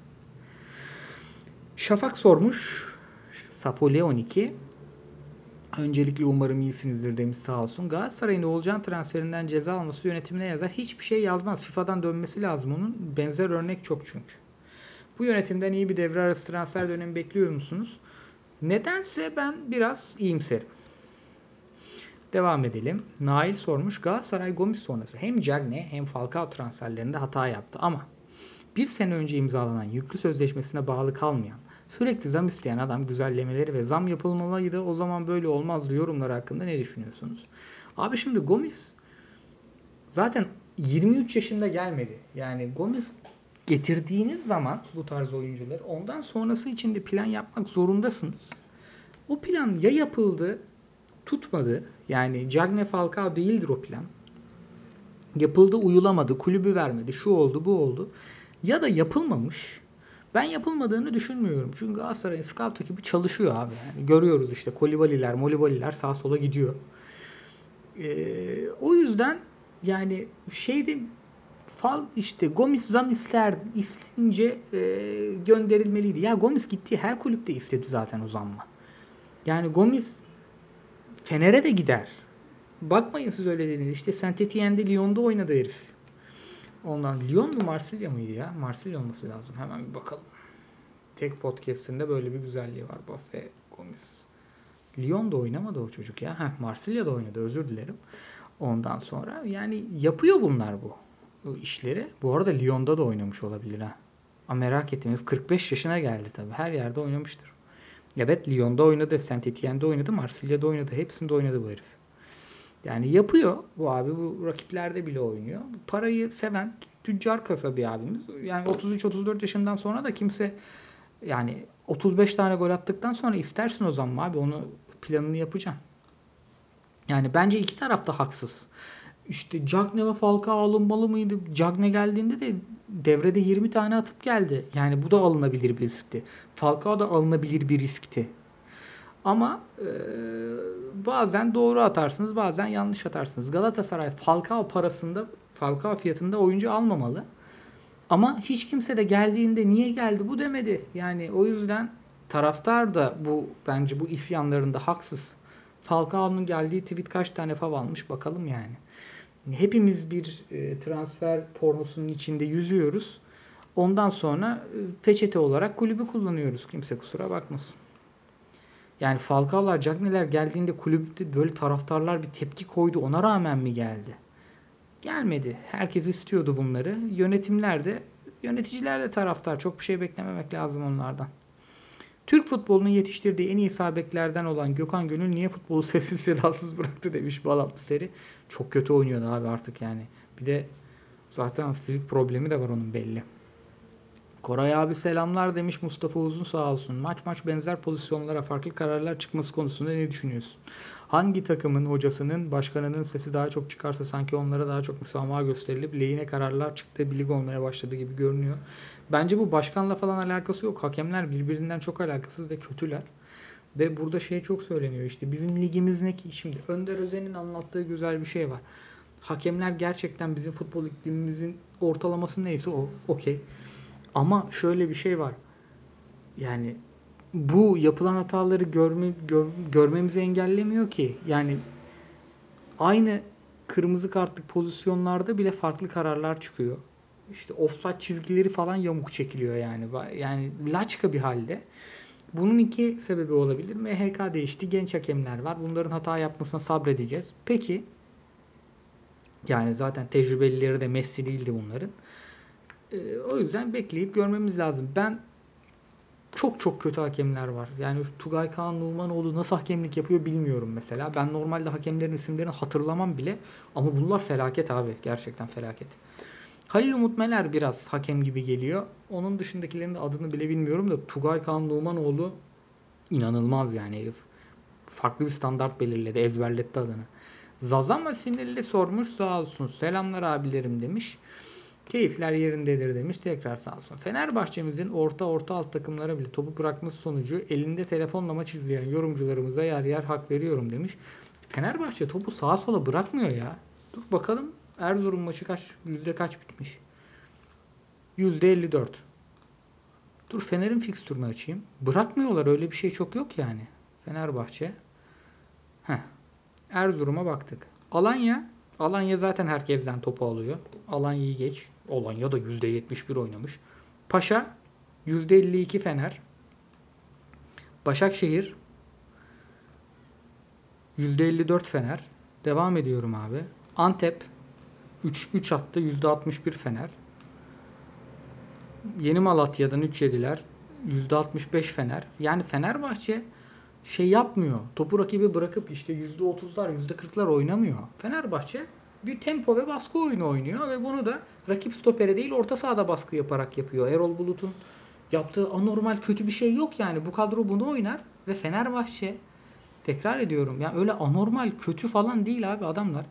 Şafak sormuş. Sapole on iki. Öncelikle umarım iyisinizdir demiş, sağ olsun. Galatasaray'ın Oğulcan transferinden ceza alması yönetimine yazar. Hiçbir şey yazmaz. FIFA'dan dönmesi lazım onun. Benzer örnek çok çünkü. Bu yönetimden iyi bir devre arası transfer dönemi bekliyor musunuz? Nedense ben biraz iyimserim. Devam edelim. Nail sormuş. Galatasaray Gomis sonrası hem Cagne hem Falcao transferlerinde hata yaptı ama bir sene önce imzalanan yüklü sözleşmesine bağlı kalmayan, sürekli zam isteyen adam güzellemeleri ve zam yapılmalıydı. O zaman böyle olmazdı yorumları hakkında ne düşünüyorsunuz? Abi şimdi Gomis zaten yirmi üç yaşında gelmedi. Yani Gomis getirdiğiniz zaman bu tarz oyuncuları ondan sonrası için de plan yapmak zorundasınız. O plan ya yapıldı, tutmadı. Yani Cagne Falcao değildir o plan. Yapıldı, uyulamadı, kulübü vermedi, şu oldu, bu oldu. Ya da yapılmamış. Ben yapılmadığını düşünmüyorum. Çünkü Galatasaray'ın scout ekibi çalışıyor abi. Yani görüyoruz işte Kolibaliler, Molibaliler sağa sola gidiyor. Ee, o yüzden yani şeyde fal işte Gomis zam ister istince e, gönderilmeliydi. Ya Gomis gittiği her kulüpte istedi zaten o zammı. Yani Gomis Fener'e de gider. Bakmayın siz öyle dediniz. İşte Saint Etienne'de Lyon'da oynadı herif. Ondan Lyon mu Marsilya mıydı ya? Marsilya olması lazım. Hemen bir bakalım. Tek podcast'inde böyle bir güzelliği var. Buffet Gomis. Lyon'da oynamadı o çocuk ya. Heh, Marsilya'da oynadı. Özür dilerim. Ondan sonra yani yapıyor bunlar bu, bu işleri. Bu arada Lyon'da da oynamış olabilir ha. Ama merak ettim. kırk beş yaşına geldi tabii. Her yerde oynamıştır. Evet, Lyon'da oynadı. Saint Etienne'de oynadı. Marsilya'da oynadı. Hepsinde oynadı bu herif. Yani yapıyor bu abi. Bu rakiplerde bile oynuyor. Parayı seven tüccar kasa bir abimiz. Yani otuz üç otuz dört yaşından sonra da kimse yani otuz beş tane gol attıktan sonra istersin o zaman abi. Onu planını yapacaksın. Yani bence iki taraf da haksız. İşte Cagne ve Falcao alınmalı mıydı? Cagne geldiğinde de devrede yirmi tane atıp geldi. Yani bu da alınabilir bir riskti. Falcao da alınabilir bir riskti. Ama e, bazen doğru atarsınız, bazen yanlış atarsınız. Galatasaray Falcao parasında, Falcao fiyatında oyuncu almamalı. Ama hiç kimse de geldiğinde niye geldi bu demedi. Yani o yüzden taraftar da bu bence bu isyanlarında haksız. Falcao'nun geldiği tweet kaç tane fav almış bakalım yani. Hepimiz bir e, transfer pornosunun içinde yüzüyoruz. Ondan sonra e, peçete olarak kulübü kullanıyoruz. Kimse kusura bakmasın. Yani Falcao'lar, Cagney'ler geldiğinde kulüpte böyle taraftarlar bir tepki koydu. Ona rağmen mi geldi? Gelmedi. Herkes istiyordu bunları. Yönetimler de, yöneticiler de taraftar. Çok bir şey beklememek lazım onlardan. Türk futbolunun yetiştirdiği en iyi sağ beklerden olan Gökhan Gönül niye futbolu sessiz sedasız bıraktı demiş Balatlı Seri. Çok kötü oynuyordu abi artık yani. Bir de zaten fizik problemi de var onun belli. Koray abi selamlar demiş Mustafa Uzun, sağ olsun. Maç maç benzer pozisyonlara farklı kararlar çıkması konusunda ne düşünüyorsun? Hangi takımın hocasının, başkanının sesi daha çok çıkarsa sanki onlara daha çok müsamaha gösterilip lehine kararlar çıktığı bir lig olmaya başladı gibi görünüyor. Bence bu başkanla falan alakası yok. Hakemler birbirinden çok alakasız ve kötüler. Ve burada şey çok söyleniyor işte bizim ligimiz ne ki? Şimdi Önder Özen'in anlattığı güzel bir şey var. Hakemler gerçekten bizim futbol iklimimizin ortalaması neyse o okey. Ama şöyle bir şey var. Yani bu yapılan hataları görme, gör, görmemizi engellemiyor ki. Yani aynı kırmızı kartlık pozisyonlarda bile farklı kararlar çıkıyor. İşte offside çizgileri falan yamuk çekiliyor yani. Yani laçka bir halde. Bunun iki sebebi olabilir. M H K değişti. Genç hakemler var. Bunların hata yapmasına sabredeceğiz. Peki yani zaten tecrübelileri de Messi değildi bunların. Ee, o yüzden bekleyip görmemiz lazım. Ben çok çok kötü hakemler var. Yani Tugay Kaan Numanoğlu nasıl hakemlik yapıyor bilmiyorum mesela. Ben normalde hakemlerin isimlerini hatırlamam bile. Ama bunlar felaket abi. Gerçekten felaket. Halil Umut Meler biraz hakem gibi geliyor. Onun dışındakilerin de adını bile bilmiyorum da Tugay Kaan Numanoğlu inanılmaz yani herif. Farklı bir standart belirledi. Ezberletti adını. Zazama sinirli sormuş sağ olsun. Selamlar abilerim demiş. Keyifler yerindedir demiş. Tekrar sağ olsun. Fenerbahçe'mizin orta orta alt takımlara bile topu bırakması sonucu elinde telefonla maç izleyen yorumcularımıza yer yer hak veriyorum demiş. Fenerbahçe topu sağa sola bırakmıyor ya. Dur bakalım Erzurum maçı kaç yüzde kaç bitmiş? yüzde elli dört. Dur Fener'in fikstürünü açayım. Bırakmıyorlar öyle bir şey çok yok yani. Fenerbahçe. Heh. Erzurum'a baktık. Alanya. Alanya zaten herkesten topu alıyor. Alanya'yı geç. Alanya da yüzde yetmiş bir oynamış. Paşa yüzde elli iki Fener. Başakşehir yüzde elli dört Fener. Devam ediyorum abi. Antep üç, üç attı yüzde altmış bir Fener. Yeni Malatya'dan üç yediler. yüzde altmış beş Fener. Yani Fenerbahçe şey yapmıyor. Topu rakibi bırakıp işte yüzde otuzlar, yüzde kırklar oynamıyor. Fenerbahçe bir tempo ve baskı oyunu oynuyor ve bunu da rakip stopere değil orta sahada baskı yaparak yapıyor. Erol Bulut'un yaptığı anormal kötü bir şey yok yani. Bu kadro bunu oynar ve Fenerbahçe tekrar ediyorum ya öyle anormal kötü falan değil abi adamlar.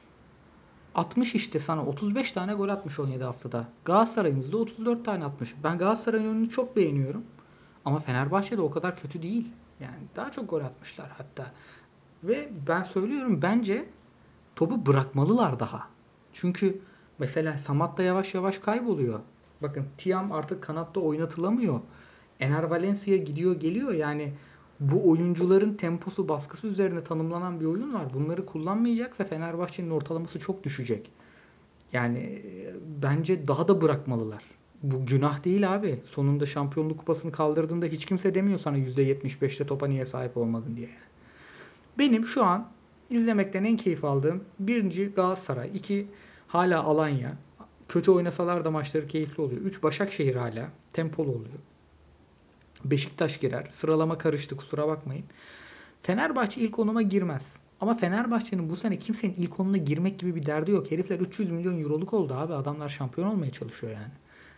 atmış işte sana otuz beş tane gol atmış on yedi haftada. Galatasaray'ımızda otuz dört tane atmış. Ben Galatasaray'ın oyununu çok beğeniyorum. Ama Fenerbahçe de o kadar kötü değil. Yani daha çok gol atmışlar hatta. Ve ben söylüyorum bence topu bırakmalılar daha. Çünkü mesela Samat da yavaş yavaş kayboluyor. Bakın Tiam artık kanatta oynatılamıyor. Ener Valencia gidiyor geliyor yani bu oyuncuların temposu baskısı üzerine tanımlanan bir oyun var. Bunları kullanmayacaksa Fenerbahçe'nin ortalaması çok düşecek. Yani e, bence daha da bırakmalılar. Bu günah değil abi. Sonunda şampiyonluk kupasını kaldırdığında hiç kimse demiyor sana yüzde yetmiş beşte topa niye sahip olmadın diye. Benim şu an izlemekten en keyif aldığım birinci Galatasaray, iki hala Alanya. Kötü oynasalar da maçları keyifli oluyor. Üç Başakşehir hala tempolu oluyor. Beşiktaş girer. Sıralama karıştı kusura bakmayın. Fenerbahçe ilk onuma girmez. Ama Fenerbahçe'nin bu sene kimsenin ilk onuna girmek gibi bir derdi yok. Herifler üç yüz milyon euroluk oldu abi. Adamlar şampiyon olmaya çalışıyor yani.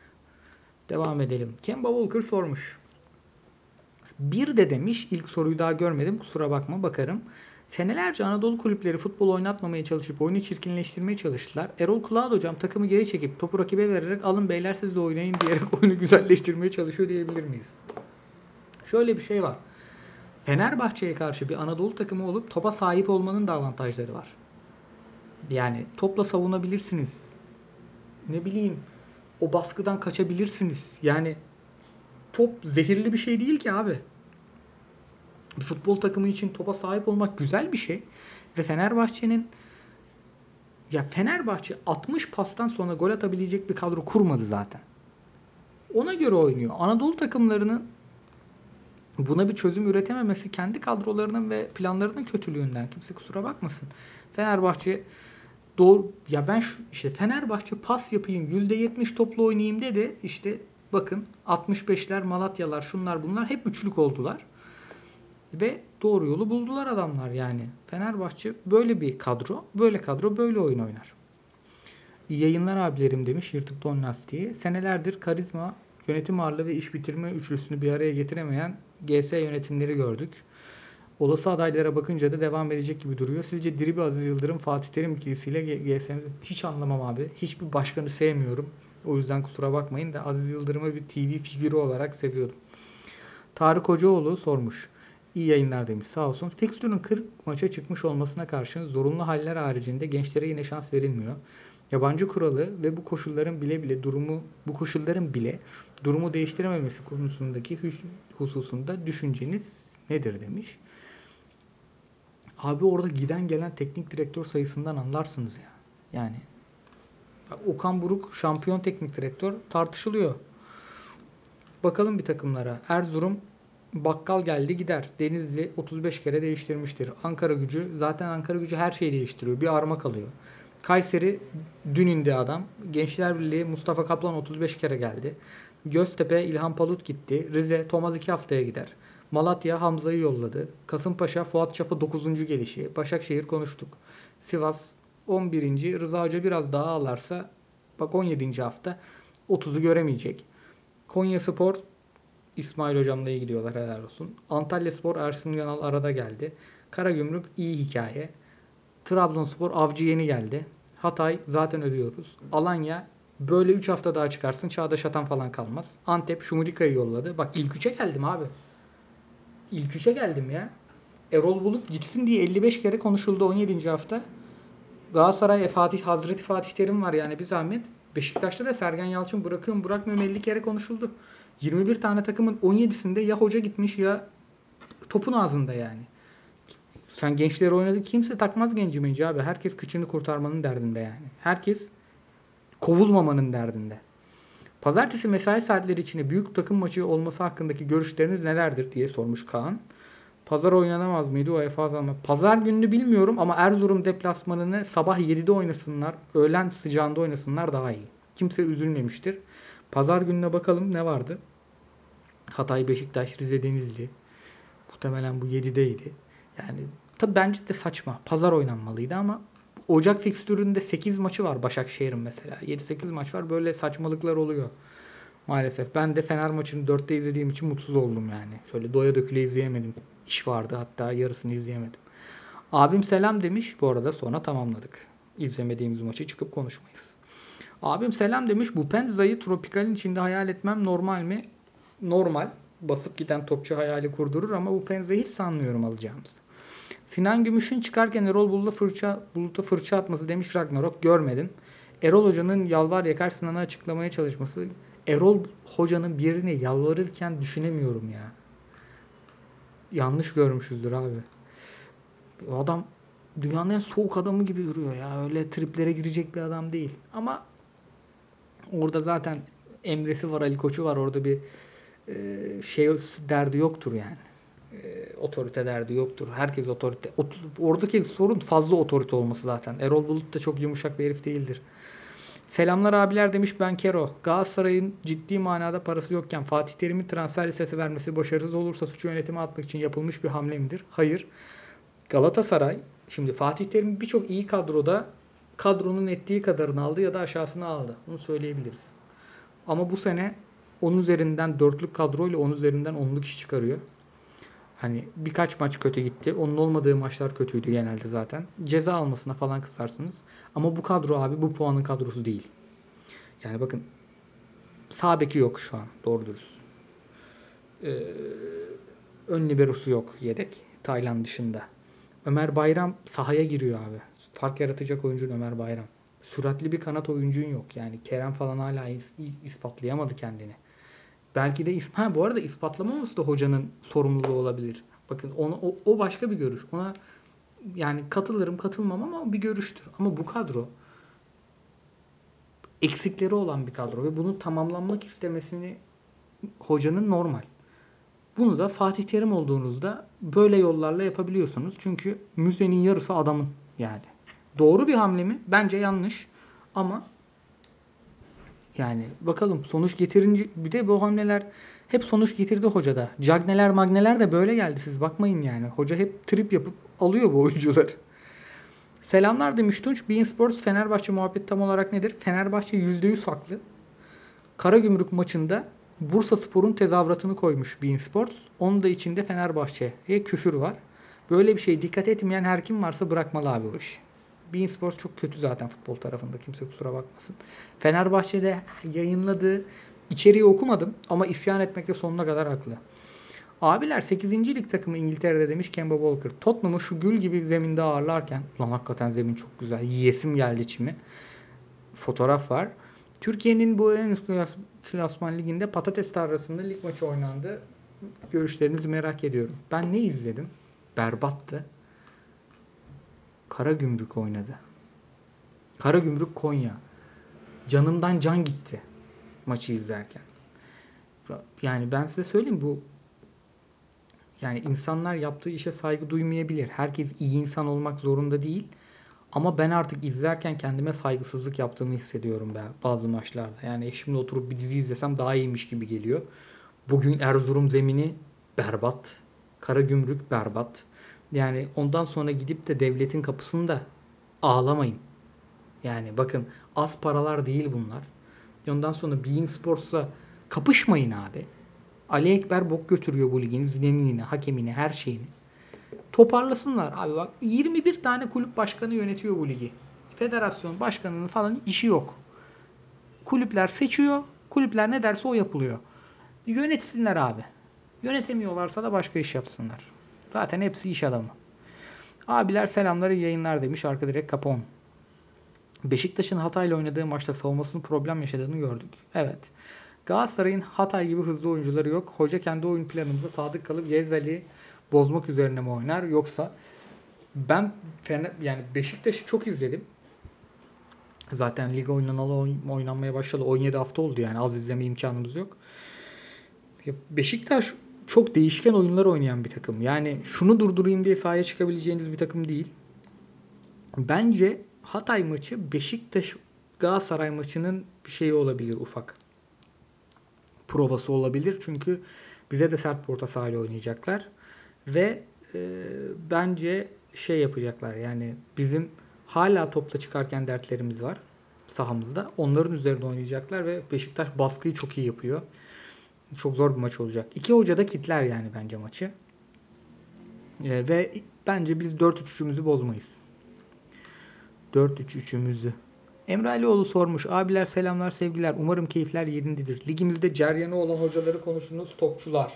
Devam edelim. Kemba Walker sormuş. Bir de demiş, ilk soruyu daha görmedim kusura bakma bakarım. Senelerce Anadolu kulüpleri futbol oynatmamaya çalışıp oyunu çirkinleştirmeye çalıştılar. Erol Kulağı hocam takımı geri çekip topu rakibe vererek alın beyler siz de oynayın diyerek oyunu güzelleştirmeye çalışıyor diyebilir miyiz? Şöyle bir şey var. Fenerbahçe'ye karşı bir Anadolu takımı olup topa sahip olmanın da avantajları var. Yani topla savunabilirsiniz. Ne bileyim o baskıdan kaçabilirsiniz. Yani top zehirli bir şey değil ki abi. Bir futbol takımı için topa sahip olmak güzel bir şey. Ve Fenerbahçe'nin ya Fenerbahçe altmış pastan sonra gol atabilecek bir kadro kurmadı zaten. Ona göre oynuyor. Anadolu takımlarının buna bir çözüm üretememesi kendi kadrolarının ve planlarının kötülüğünden. Kimse kusura bakmasın. Fenerbahçe doğru ya ben şu, işte Fenerbahçe pas yapayım yüzde yetmiş toplu oynayayım dedi. İşte bakın altmış beşler Malatyalar şunlar bunlar hep üçlük oldular. Ve doğru yolu buldular adamlar yani. Fenerbahçe böyle bir kadro, böyle kadro böyle oyun oynar. İyi yayınlar abilerim demiş Yırtık Don Lastiği. Senelerdir karizma, yönetim ağırlığı ve iş bitirme üçlüsünü bir araya getiremeyen G S yönetimleri gördük. Olası adaylara bakınca da devam edecek gibi duruyor. Sizce Dribi Aziz Yıldırım Fatih Terim ikilisiyle G S M'de hiç anlamam abi. Hiçbir başkanı sevmiyorum. O yüzden kusura bakmayın da Aziz Yıldırım'ı bir T V figürü olarak seviyordum. Tarık Hocaoğlu sormuş. İyi yayınlar demiş sağ olsun. Fikstürün kırk maça çıkmış olmasına karşın zorunlu haller haricinde gençlere yine şans verilmiyor. Yabancı kuralı ve bu koşulların bile bile durumu bu koşulların bile durumu değiştirememesi konusundaki hususunda düşünceniz nedir demiş. Abi orada giden gelen teknik direktör sayısından anlarsınız ya. Yani Okan Buruk şampiyon teknik direktör tartışılıyor. Bakalım bir takımlara. Erzurum bakkal geldi gider. Denizli otuz beş kere değiştirmiştir. Ankara Gücü zaten Ankara Gücü her şeyi değiştiriyor. Bir arma kalıyor. Kayseri dün indi adam. Gençler Birliği Mustafa Kaplan otuz beş kere geldi. Göztepe İlhan Palut gitti. Rize Tomaz iki haftaya gider. Malatya Hamza'yı yolladı. Kasımpaşa Fuat Çapı dokuzuncu gelişi. Başakşehir konuştuk. Sivas on birinci Rıza Hoca biraz daha ağlarsa bak on yedinci hafta otuzu göremeyecek. Konyaspor İsmail Hocam'la iyi gidiyorlar helal olsun. Antalyaspor Ersun Yanal arada geldi. Karagümrük iyi hikaye. Trabzonspor Avcı yeni geldi. Hatay zaten övüyoruz. Alanya böyle üç hafta daha çıkarsın. Çağdaş Atan falan kalmaz. Antep Şumudika'yı yolladı. Bak ilk üçe geldim abi. İlk üçe geldim ya. Erol Bulut gitsin diye elli beş kere konuşuldu on yedinci hafta. Galatasaray Fatih Hazreti Fatih Terim var yani bir zahmet. Beşiktaş'ta da Sergen Yalçın bırakıyorum bırakmıyorum elli kere konuşuldu. yirmi bir tane takımın on yedisinde ya hoca gitmiş ya topun ağzında yani. Sen gençleri oynadı kimse takmaz genci menci abi. Herkes kıçını kurtarmanın derdinde yani. Herkes kovulmamanın derdinde. Pazartesi mesai saatleri içinde büyük takım maçı olması hakkındaki görüşleriniz nelerdir diye sormuş Kaan. Pazar oynanamaz mıydı UEFA zamanı? Pazar gününü bilmiyorum ama Erzurum deplasmanını sabah yedide oynasınlar, öğlen sıcağında oynasınlar daha iyi. Kimse üzülmemiştir. Pazar gününe bakalım ne vardı? Hatay, Beşiktaş, Rize, Denizli. Muhtemelen bu yedideydi. Yani tabii bence de saçma. Pazar oynanmalıydı ama Ocak fikstüründe sekiz maçı var Başakşehir'in mesela. yedi sekiz maç var. Böyle saçmalıklar oluyor. Maalesef. Ben de Fener maçını dörtte izlediğim için mutsuz oldum yani. Şöyle doya döküle izleyemedim. İş vardı hatta yarısını izleyemedim. Abim selam demiş. Bu arada sonra tamamladık. İzlemediğimiz maçı çıkıp konuşmayız. Abim selam demiş. Bu Penza'yı tropikalin içinde hayal etmem normal mi? Normal. Basıp giden topçu hayali kurdurur ama bu Penza'yı hiç sanmıyorum alacağımızı. Sinan Gümüş'ün çıkarken Erol Bulut'a fırça, Bulut'a fırça atması demiş Ragnarok. Görmedim. Erol Hoca'nın yalvar yakar Sinan'a açıklamaya çalışması. Erol Hoca'nın birine yalvarırken düşünemiyorum ya. Yanlış görmüşüzdür abi. O adam dünyanın en soğuk adamı gibi duruyor ya. Öyle triplere girecek bir adam değil. Ama orada zaten Emre'si var, Ali Koç'u var. Orada bir e, şey derdi yoktur yani. E, otorite derdi yoktur. Herkes otorite. Ot- oradaki sorun fazla otorite olması zaten. Erol Bulut da çok yumuşak bir herif değildir. Selamlar abiler demiş Ben Kero. Galatasaray'ın ciddi manada parası yokken Fatih Terim'in transfer listesi vermesi başarısız olursa suçu yönetime atmak için yapılmış bir hamle midir? Hayır. Galatasaray şimdi Fatih Terim birçok iyi kadroda kadronun ettiği kadarını aldı ya da aşağısını aldı. Bunu söyleyebiliriz. Ama bu sene on üzerinden dörtlük kadroyla on üzerinden onluk iş çıkarıyor. Hani birkaç maç kötü gitti. Onun olmadığı maçlar kötüydü genelde zaten. Ceza almasına falan kısarsınız. Ama bu kadro abi bu puanın kadrosu değil. Yani bakın sağ beki yok şu an doğru dürüst. Ee, ön liberosu yok yedek. Tayland dışında. Ömer Bayram sahaya giriyor abi. Fark yaratacak oyuncun Ömer Bayram. Süratli bir kanat oyuncun yok. Yani Kerem falan hala is- ispatlayamadı kendini. Belki de is- ha bu arada ispatlamaması da hocanın sorumluluğu olabilir. Bakın onu, o, o başka bir görüş. Ona yani katılırım katılmam ama bir görüştür. Ama bu kadro eksikleri olan bir kadro ve bunu tamamlanmak istemesini hocanın normal. Bunu da Fatih Terim olduğunuzda böyle yollarla yapabiliyorsunuz. Çünkü müzenin yarısı adamın yani. Doğru bir hamle mi? Bence yanlış. Ama yani bakalım sonuç getirince bir de bu hamleler hep sonuç getirdi hocada. Cagneler magneler de böyle geldi siz bakmayın yani. Hoca hep trip yapıp alıyor bu oyuncuları. Selamlar demiş Tunç. beIN Sports Fenerbahçe muhabbeti tam olarak nedir? Fenerbahçe yüzde yüz haklı. Karagümrük maçında Bursaspor'un tezahüratını koymuş beIN Sports. Onun da içinde Fenerbahçe'ye küfür var. Böyle bir şeye dikkat etmeyen her kim varsa bırakmalı abi o işi. beIN Sports çok kötü zaten futbol tarafında. Kimse kusura bakmasın. Fenerbahçe'de yayınladığı içeriği okumadım ama isyan etmekte sonuna kadar haklı. Abiler sekizinci lig takımı İngiltere'de demiş Kemba Walker. Tottenham'ı şu gül gibi zeminde ağırlarken, ulan hakikaten zemin çok güzel. Yiyesim geldi içimi. Fotoğraf var. Türkiye'nin bu en üst klas, klasman liginde patates tarlasında lig maçı oynandı. Görüşlerinizi merak ediyorum. Ben ne izledim? Berbattı. Karagümrük oynadı. Karagümrük Konya. Canımdan can gitti maçı izlerken. Yani ben size söyleyeyim, bu yani insanlar yaptığı işe saygı duymayabilir. Herkes iyi insan olmak zorunda değil. Ama ben artık izlerken kendime saygısızlık yaptığımı hissediyorum ben bazı maçlarda. Yani eşimle oturup bir dizi izlesem daha iyiymiş gibi geliyor. Bugün Erzurum zemini berbat. Karagümrük berbat. Yani ondan sonra gidip de devletin kapısında ağlamayın. Yani bakın, az paralar değil bunlar. Ondan sonra beIN Sports'la kapışmayın abi. Ali Ekber bok götürüyor bu ligin zinemini, hakemini, her şeyini. Toparlasınlar abi, bak yirmi bir tane kulüp başkanı yönetiyor bu ligi. Federasyon başkanının falan işi yok. Kulüpler seçiyor. Kulüpler ne derse o yapılıyor. Yönetsinler abi. Yönetemiyorlarsa da başka iş yapsınlar. Zaten hepsi iş adamı. Abiler selamları, yayınlar demiş arka direkt Capon. Beşiktaş'ın Hatay'la oynadığı maçta savunmasının problem yaşadığını gördük. Evet. Galatasaray'ın Hatay gibi hızlı oyuncuları yok. Hoca kendi oyun planımıza sadık kalıp Yezzali'yi bozmak üzerine mi oynar? Yoksa ben Fener, yani Beşiktaş'ı çok izledim. Zaten lig oynanalı oynanmaya başladı. on yedi hafta oldu, yani az izleme imkanımız yok. Beşiktaş çok değişken oyunlar oynayan bir takım. Yani şunu durdurayım diye sahaya çıkabileceğiniz bir takım değil. Bence Hatay maçı Beşiktaş Galatasaray maçının bir şeyi olabilir, ufak. Provası olabilir. Çünkü bize de sert bir orta sahayla oynayacaklar. Ve e, bence şey yapacaklar, yani bizim hala topla çıkarken dertlerimiz var sahamızda. Onların üzerinde oynayacaklar ve Beşiktaş baskıyı çok iyi yapıyor. Çok zor bir maç olacak. İki hoca da kitler yani bence maçı. E, ve bence biz dört üç üçümüzü bozmayız. dört üç üçümüzü. Emre Alioğlu sormuş. Abiler selamlar, sevgiler. Umarım keyifler yerindedir. Ligimizde ceryanı olan hocaları konuştuğunuz topçular.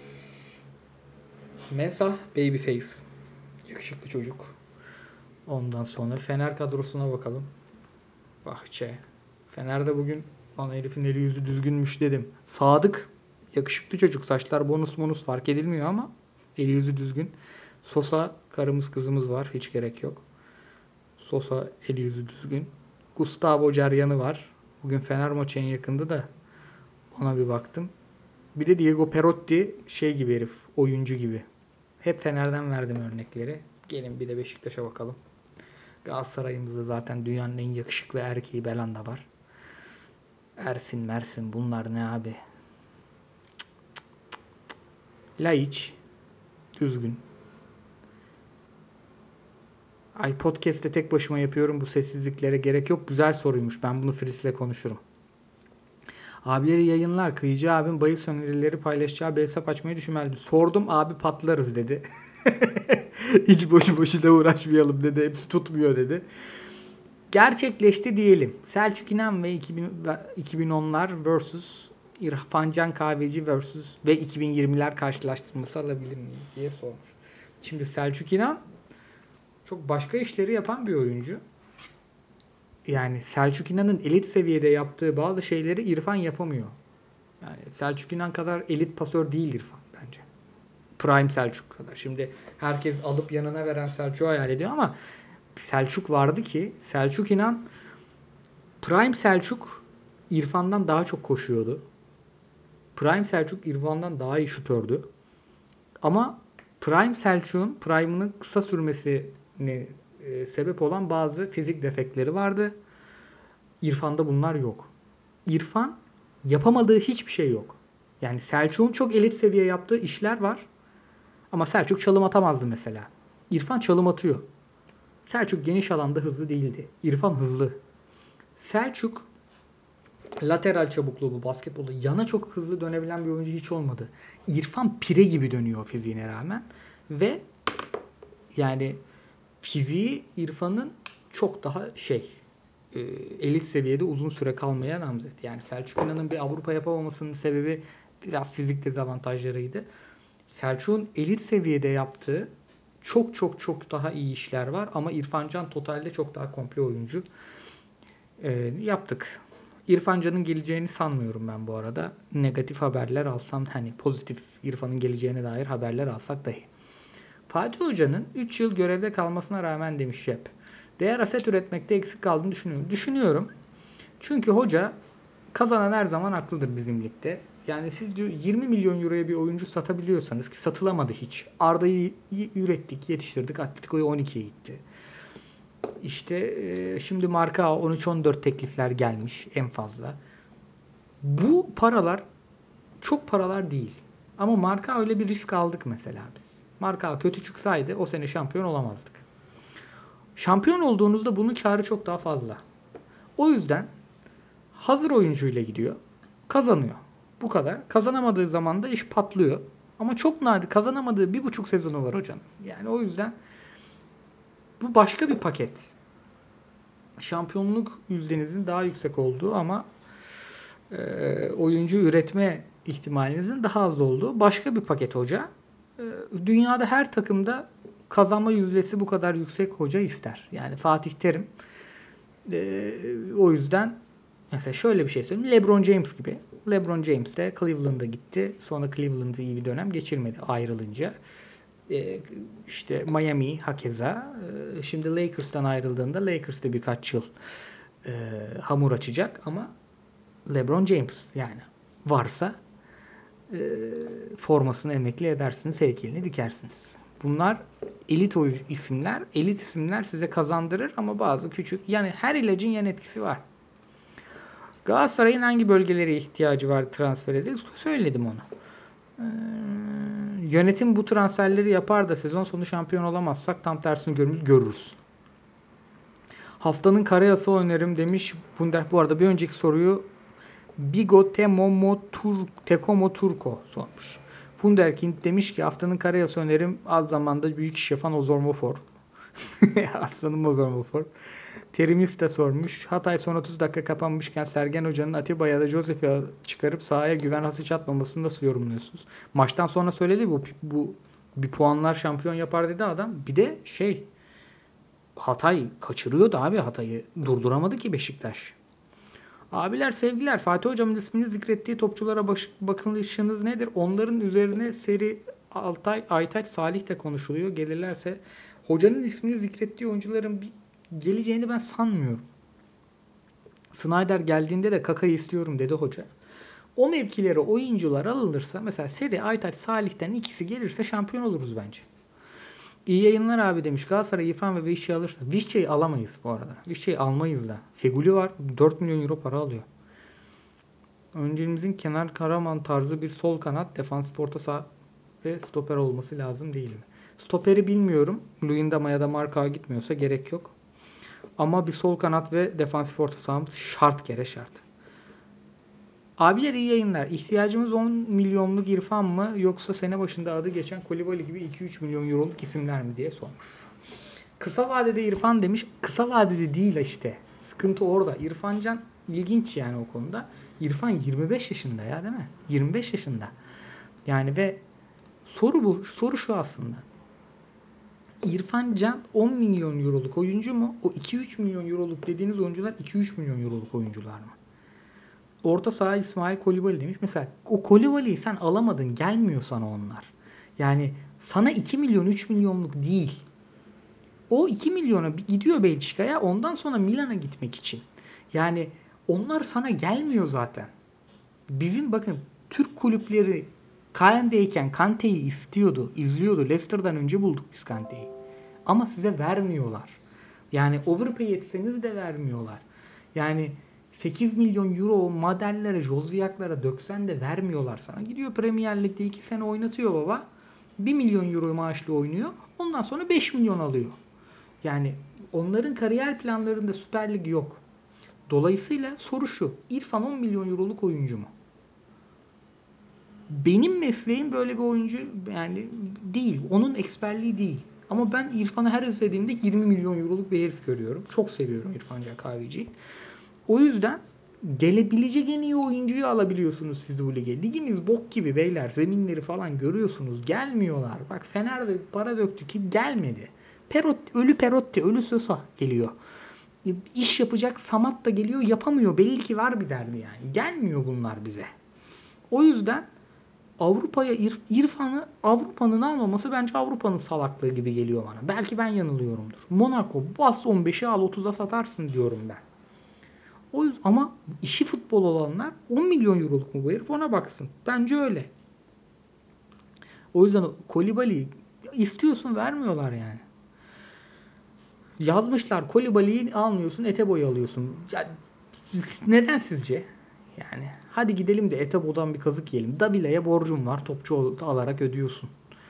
Mensah Babyface. Yakışıklı çocuk. Ondan sonra Fener kadrosuna bakalım. Bahçe. Fener'de bugün ana herifin eli yüzü düzgünmüş dedim. Sadık. Yakışıklı çocuk. Saçlar bonus bonus fark edilmiyor ama eli yüzü düzgün. Sosa karımız kızımız var. Hiç gerek yok. Sosa eli yüzü düzgün. Gustavo Ceryan'ı var. Bugün Fener maçı en yakında da ona bir baktım. Bir de Diego Perotti şey gibi herif. Oyuncu gibi. Hep Fener'den verdim örnekleri. Gelin bir de Beşiktaş'a bakalım. Galatasaray'ımızda zaten dünyanın en yakışıklı erkeği Belanda var. Ersin Mersin bunlar ne abi? Laiç düzgün. Ay podcast'te tek başıma yapıyorum. Bu sessizliklere gerek yok. Güzel soruymuş. Ben bunu Fritz'le konuşurum. Abileri yayınlar. Kıyıcı abim bahis önerileri paylaşacağı bir hesap açmayı düşünmezdi. Sordum, abi patlarız dedi. Hiç boşu boşuna uğraşmayalım dedi. Hepsi tutmuyor dedi. Gerçekleşti diyelim. Selçuk İnan ve iki bin onlar versus İrfan Can Kahveci versus ve iki bin yirmiler karşılaştırması alabilir miyiz diye sormuş. Şimdi Selçuk İnan çok başka işleri yapan bir oyuncu. Yani Selçuk İnan'ın elit seviyede yaptığı bazı şeyleri İrfan yapamıyor. Yani Selçuk İnan kadar elit pasör değil İrfan bence. Prime Selçuk kadar. Şimdi herkes alıp yanına veren Selçuk'u hayal ediyor ama Selçuk vardı ki Selçuk İnan, Prime Selçuk İrfan'dan daha çok koşuyordu. Prime Selçuk İrfan'dan daha iyi şutördü. Ama Prime Selçuk'un Prime'ının kısa sürmesine e, sebep olan bazı fizik defekleri vardı. İrfan'da bunlar yok. İrfan yapamadığı hiçbir şey yok. Yani Selçuk'un çok elit seviye yaptığı işler var. Ama Selçuk çalım atamazdı mesela. İrfan çalım atıyor. Selçuk geniş alanda hızlı değildi. İrfan hızlı. Selçuk lateral çabukluğu bu basketbolda yana çok hızlı dönebilen bir oyuncu hiç olmadı. İrfan pire gibi dönüyor fiziğine rağmen ve Yani fiziği İrfan'ın çok daha şey e, elit seviyede uzun süre kalmaya namzet. Yani Selçuk İnan'ın bir Avrupa yapamamasının sebebi biraz fizik dezavantajlarıydı. Selçuk'un elit seviyede yaptığı çok çok çok daha iyi işler var ama İrfan Can totalde çok daha komple oyuncu. E, yaptık. İrfan Can'ın geleceğini sanmıyorum ben bu arada. Negatif haberler alsam hani pozitif İrfan'ın geleceğine dair haberler alsak dahi. Fatih Hoca'nın üç yıl görevde kalmasına rağmen demiş hep. Değer aset üretmekte eksik kaldığını düşünüyorum. Düşünüyorum. Çünkü hoca kazanan her zaman haklıdır bizim ligde. Yani siz diyor yirmi milyon euroya bir oyuncu satabiliyorsanız ki satılamadı hiç. Arda'yı ürettik, yetiştirdik. Atletico'ya on ikiye gitti. İşte e, şimdi marka on üç on dört teklifler gelmiş en fazla. Bu paralar çok paralar değil. Ama marka öyle bir risk aldık mesela biz. Marka kötü çıksaydı o sene şampiyon olamazdık. Şampiyon olduğunuzda bunun karı çok daha fazla. O yüzden hazır oyuncuyla gidiyor. Kazanıyor. Bu kadar. Kazanamadığı zaman da iş patlıyor. Ama çok nadir kazanamadığı bir buçuk sezonu var hocam. Yani o yüzden bu başka bir paket. Şampiyonluk yüzdenizin daha yüksek olduğu ama e, oyuncu üretme ihtimalinizin daha az olduğu başka bir paket hoca. E, dünyada her takımda kazanma yüzdesi bu kadar yüksek hoca ister. Yani Fatih Terim e, o yüzden mesela şöyle bir şey söyleyeyim. LeBron James gibi. LeBron James de Cleveland'a gitti. Sonra Cleveland'ı iyi bir dönem geçirmedi ayrılınca. E, işte Miami hakeza. E, şimdi Lakers'tan ayrıldığında Lakers'ta birkaç yıl e, hamur açacak ama LeBron James yani varsa e, formasını emekli edersiniz, heykelini dikersiniz. Bunlar elit oyuncu isimler. Elit isimler size kazandırır ama bazı küçük yani her ilacın yan etkisi var. Galatasaray'ın hangi bölgelere ihtiyacı var transfer edildi? Söyledim onu. Ee, yönetim bu transferleri yapar da sezon sonu şampiyon olamazsak tam tersini görürüz. görürüz. Haftanın karayası oynarım demiş. Bunder bu arada bir önceki soruyu Bigo Temomo Tur Tekomo Turko sormuş. Wunderkind demiş ki haftanın karayası önerim az zamanda büyük iş yapan Ozormofor. Aslanım Ozormofor. Terimis de sormuş. Hatay son otuz dakika kapanmışken Sergen Hoca'nın Atiba ya da Josef'i çıkarıp sahaya güven hası atmamasını nasıl yorumluyorsunuz? Maçtan sonra söyledi bu bu bir puanlar şampiyon yapar dedi adam. Bir de şey Hatay kaçırıyordu abi Hatay'ı. Durduramadı ki Beşiktaş. Abiler sevgiler. Fatih Hocam'ın ismini zikrettiği topçulara baş, bakılışınız nedir? Onların üzerine seri Altay, Aytaç, Salih de konuşuluyor. Gelirlerse hocanın ismini zikrettiği oyuncuların bir geleceğini ben sanmıyorum. Snyder geldiğinde de Kaka'yı istiyorum dedi hoca. O mevkilere oyuncular alınırsa mesela seri Aytaç, Salih'ten ikisi gelirse şampiyon oluruz bence. İyi yayınlar abi demiş. Galatasaray İrfan ve Vişça'yı alırsa. Vişça'yı alamayız bu arada. Vişça'yı almayız da. Feguli var. dört milyon euro para alıyor. Öncemizin Kenar Karaman tarzı bir sol kanat, defansif orta saha ve stoper olması lazım değil mi? Stoperi bilmiyorum. Luyendama ya da Marka'a gitmiyorsa gerek yok. Ama bir sol kanat ve defansif orta sahamız şart kere şart. Abiler iyi yayınlar. İhtiyacımız on milyonluk İrfan mı yoksa sene başında adı geçen Kolibali gibi iki üç milyon euroluk isimler mi diye sormuş. Kısa vadede İrfan demiş. Kısa vadede değil işte. Sıkıntı orada. İrfan Can ilginç yani o konuda. İrfan yirmi beş yaşında ya değil mi? yirmi beş yaşında. Yani ve soru bu. Soru şu aslında. İrfan Can on milyon euroluk oyuncu mu? O iki üç milyon euroluk dediğiniz oyuncular iki üç milyon euroluk oyuncular mı? Orta saha İsmail Kolibali demiş. Mesela o Kolibali'yi sen alamadın. Gelmiyor sana onlar. Yani sana iki milyon üç milyonluk değil. O iki milyona gidiyor Belçika'ya. Ondan sonra Milan'a gitmek için. Yani onlar sana gelmiyor zaten. Bizim bakın Türk kulüpleri Caen'deyken Kante'yi istiyordu. İzliyordu. Leicester'dan önce bulduk biz Kante'yi. Ama size vermiyorlar. Yani overpay etseniz de vermiyorlar. Yani sekiz milyon euro Madellere, Josviak'lara döksen de vermiyorlar sana. Gidiyor Premier Lig'de iki sene oynatıyor baba. bir milyon euro maaşlı oynuyor. Ondan sonra beş milyon alıyor. Yani onların kariyer planlarında Süper Lig yok. Dolayısıyla soru şu. İrfan on milyon euroluk oyuncu mu? Benim mesleğim böyle bir oyuncu yani değil. Onun eksperliği değil. Ama ben İrfan'ı her izlediğimde yirmi milyon euroluk bir herif görüyorum. Çok seviyorum İrfan Can Kahveci'yi. O yüzden gelebilecek en iyi oyuncuyu alabiliyorsunuz siz bu lige. Ligimiz bok gibi beyler. Zeminleri falan görüyorsunuz. Gelmiyorlar. Bak Fener'de para döktü ki gelmedi. Perotti, ölü Perotti, ölü Sosa geliyor. İş yapacak Samat da geliyor, yapamıyor. Belli ki var bir derdi yani. Gelmiyor bunlar bize. O yüzden Avrupa'ya İr- İrfan'ı Avrupa'nın almaması bence Avrupa'nın salaklığı gibi geliyor bana. Belki ben yanılıyorumdur. Monaco bas on beşi al otuza satarsın diyorum ben. O yüzden, ama işi futbol olanlar on milyon euroluk mu bu herif ona baksın. Bence öyle. O yüzden Kolibali'yi istiyorsun vermiyorlar yani. Yazmışlar Kolibali'yi almıyorsun Etebo'yu alıyorsun. Ya, neden sizce? Yani hadi gidelim de Etebo'dan bir kazık yiyelim. Dabile'ye borcum var. Topçu alarak ödüyorsun.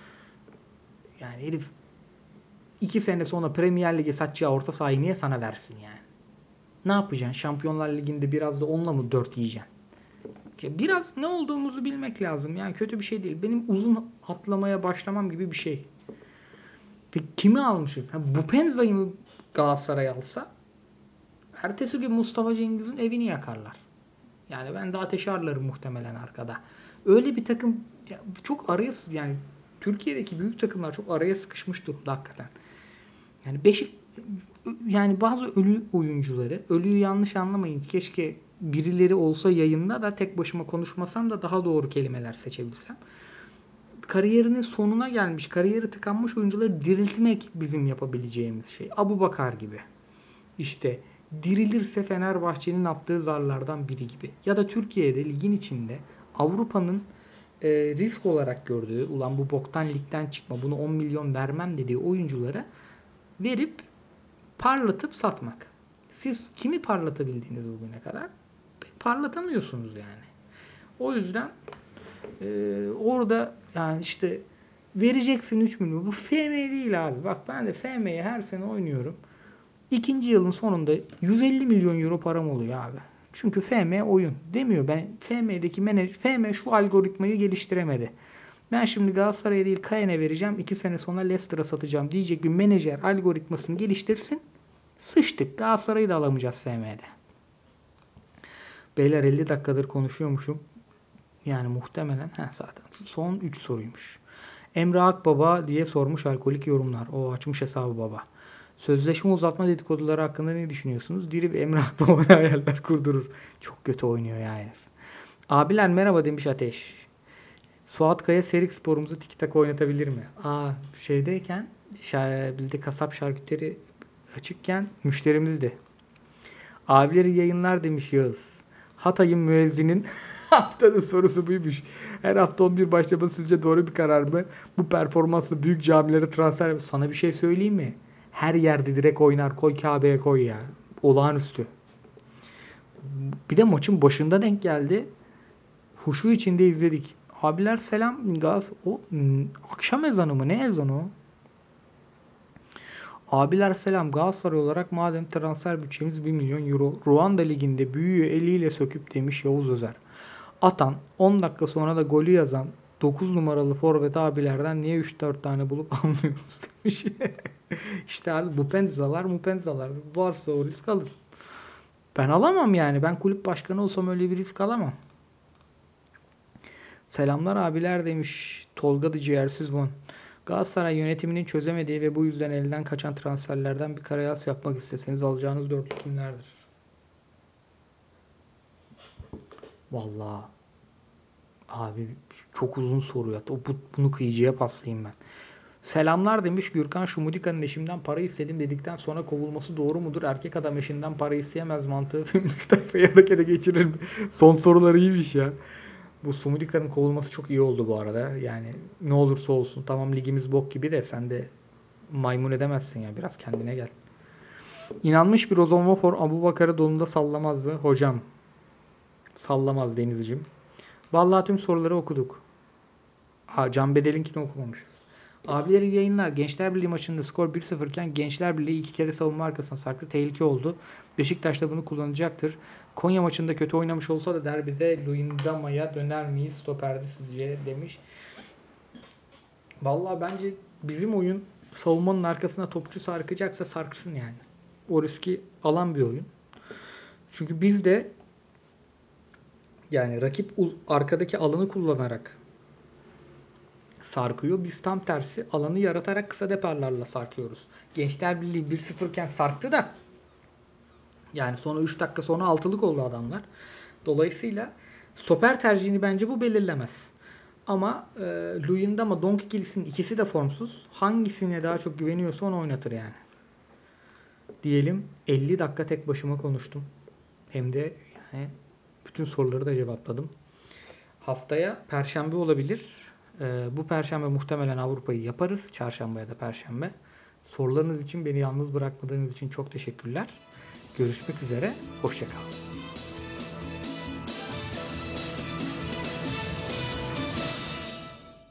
Yani herif iki sene sonra Premier Lig'e satacağı orta sahayı niye sana versin yani? Ne yapacaksın? Şampiyonlar Ligi'nde biraz da onunla mı dört yiyeceksin? Biraz ne olduğumuzu bilmek lazım. Yani kötü bir şey değil. Benim uzun atlamaya başlamam gibi bir şey. Ve kimi almışız? Ha, Bupenza'yı mı Galatasaray alsa ertesi gün Mustafa Cengiz'in evini yakarlar. Yani ben de ateşe arlarım muhtemelen arkada. Öyle bir takım çok araya yani Türkiye'deki büyük takımlar çok araya sıkışmış durumda hakikaten. Yani Beşik yani bazı ölü oyuncuları, ölüyü yanlış anlamayın. Keşke birileri olsa yayında da tek başıma konuşmasam da daha doğru kelimeler seçebilsem. Kariyerinin sonuna gelmiş, kariyeri tıkanmış oyuncuları diriltmek bizim yapabileceğimiz şey. Abubakar gibi. İşte dirilirse Fenerbahçe'nin attığı zarlardan biri gibi. Ya da Türkiye'de ligin içinde Avrupa'nın e, risk olarak gördüğü, ulan bu boktan ligden çıkma, bunu on milyon vermem dediği oyunculara verip parlatıp satmak. Siz kimi parlatabildiniz bugüne kadar? Parlatamıyorsunuz yani. O yüzden e, orada yani işte vereceksin üç milyon. Bu F M değil abi. Bak ben de F M'ye her sene oynuyorum. İkinci yılın sonunda yüz elli milyon euro param oluyor abi. Çünkü F M oyun. Demiyor ben F M'deki menajer, F M şu algoritmayı geliştiremedi. Ben şimdi Galatasaray'a değil Kayen'e vereceğim. iki sene sonra Leicester'a satacağım diyecek bir menajer algoritmasını geliştirsin. Sıçtık. Galatasaray'ı da alamayacağız F M'de. Beyler elli dakikadır konuşuyormuşum. Yani muhtemelen heh, zaten son üç soruymuş. Emre Akbaba diye sormuş alkolik yorumlar. O açmış hesabı baba. Sözleşme uzatma dedikoduları hakkında ne düşünüyorsunuz? Diri bir Emre Akbaba ne hayaller kurdurur. Çok kötü oynuyor ya herif. Abiler merhaba demiş Ateş. Suat Kaya Serik sporumuzu tiki taka oynatabilir mi? Aa şeydeyken bizde kasap şarküteri açıkken müşterimizdi. Abileri yayınlar demiş Yağız. Hatay'ın müezzinin haftanın sorusu buymuş. Her hafta on bir başlaması sizce doğru bir karar mı? Bu performansla büyük camilere transfer. Sana bir şey söyleyeyim mi? Her yerde direkt oynar. Koy Kabe'ye koy ya. Olağanüstü. Bir de maçın başında denk geldi. Huşu içinde izledik. Abiler selam. Gaz. O akşam ezanı mı? Ne ezanı o? Abiler selam. Galatasaray olarak madem transfer bütçemiz bir milyon euro. Ruanda Ligi'nde büyüğü eliyle söküp demiş Yavuz Özer. Atan on dakika sonra da golü yazan dokuz numaralı forvet abilerden niye üç dört tane bulup almıyoruz demiş. İşte abi bu penzalar mu penzalar. Varsa o risk alır. Ben alamam yani. Ben kulüp başkanı olsam öyle bir risk alamam. Selamlar abiler demiş Tolga the Ciğersiz Von. Galatasaray yönetiminin çözemediği ve bu yüzden elden kaçan transferlerden bir karayas yapmak isteseniz alacağınız dörtlü kimlerdir? Vallahi abi çok uzun soru ya. Bu, bunu kıyıcıya paslayayım ben. Selamlar demiş Gürkan Şumudika'nın eşimden para istedim dedikten sonra kovulması doğru mudur? Erkek adam eşinden para isteyemez mantığı feminist tayfayı harekete geçirir mi? Son sorular iyiymiş ya. Bu Sumudika'nın kovulması çok iyi oldu bu arada. Yani ne olursa olsun tamam ligimiz bok gibi de sen de maymun edemezsin ya. Biraz kendine gel. İnanmış bir Ozon Vafor Abubakar'ı donunda sallamaz mı? Hocam sallamaz Denizciğim. Vallahi tüm soruları okuduk. Ha, Can Bedel'inkini okumamışız. Abilerin yayınlar. Gençler Birliği maçında skor bir sıfır iken Gençler Birliği iki kere savunma arkasına sarktı. Tehlike oldu. Beşiktaş da bunu kullanacaktır. Konya maçında kötü oynamış olsa da derbide Luyendama'ya döner miyiz stoperdi sizce demiş. Vallahi bence bizim oyun savunmanın arkasına topçu sarkacaksa sarksın yani. O riski alan bir oyun. Çünkü biz de yani rakip arkadaki alanı kullanarak sarkıyor. Biz tam tersi alanı yaratarak kısa deparlarla sarkıyoruz. Gençler Birliği bir sıfır iken sarktı da yani sonra üç dakika sonra altılık oldu adamlar. Dolayısıyla stoper tercihini bence bu belirlemez. Ama e, Luyendama, Donk ikilisinin ikisi de formsuz. Hangisine daha çok güveniyorsa onu oynatır yani. Diyelim elli dakika tek başıma konuştum. Hem de yani bütün soruları da cevapladım. Haftaya Perşembe olabilir. Ee, bu Perşembe muhtemelen Avrupa'yı yaparız. Çarşamba ya da Perşembe. Sorularınız için, beni yalnız bırakmadığınız için çok teşekkürler. Görüşmek üzere. Hoşça kalın.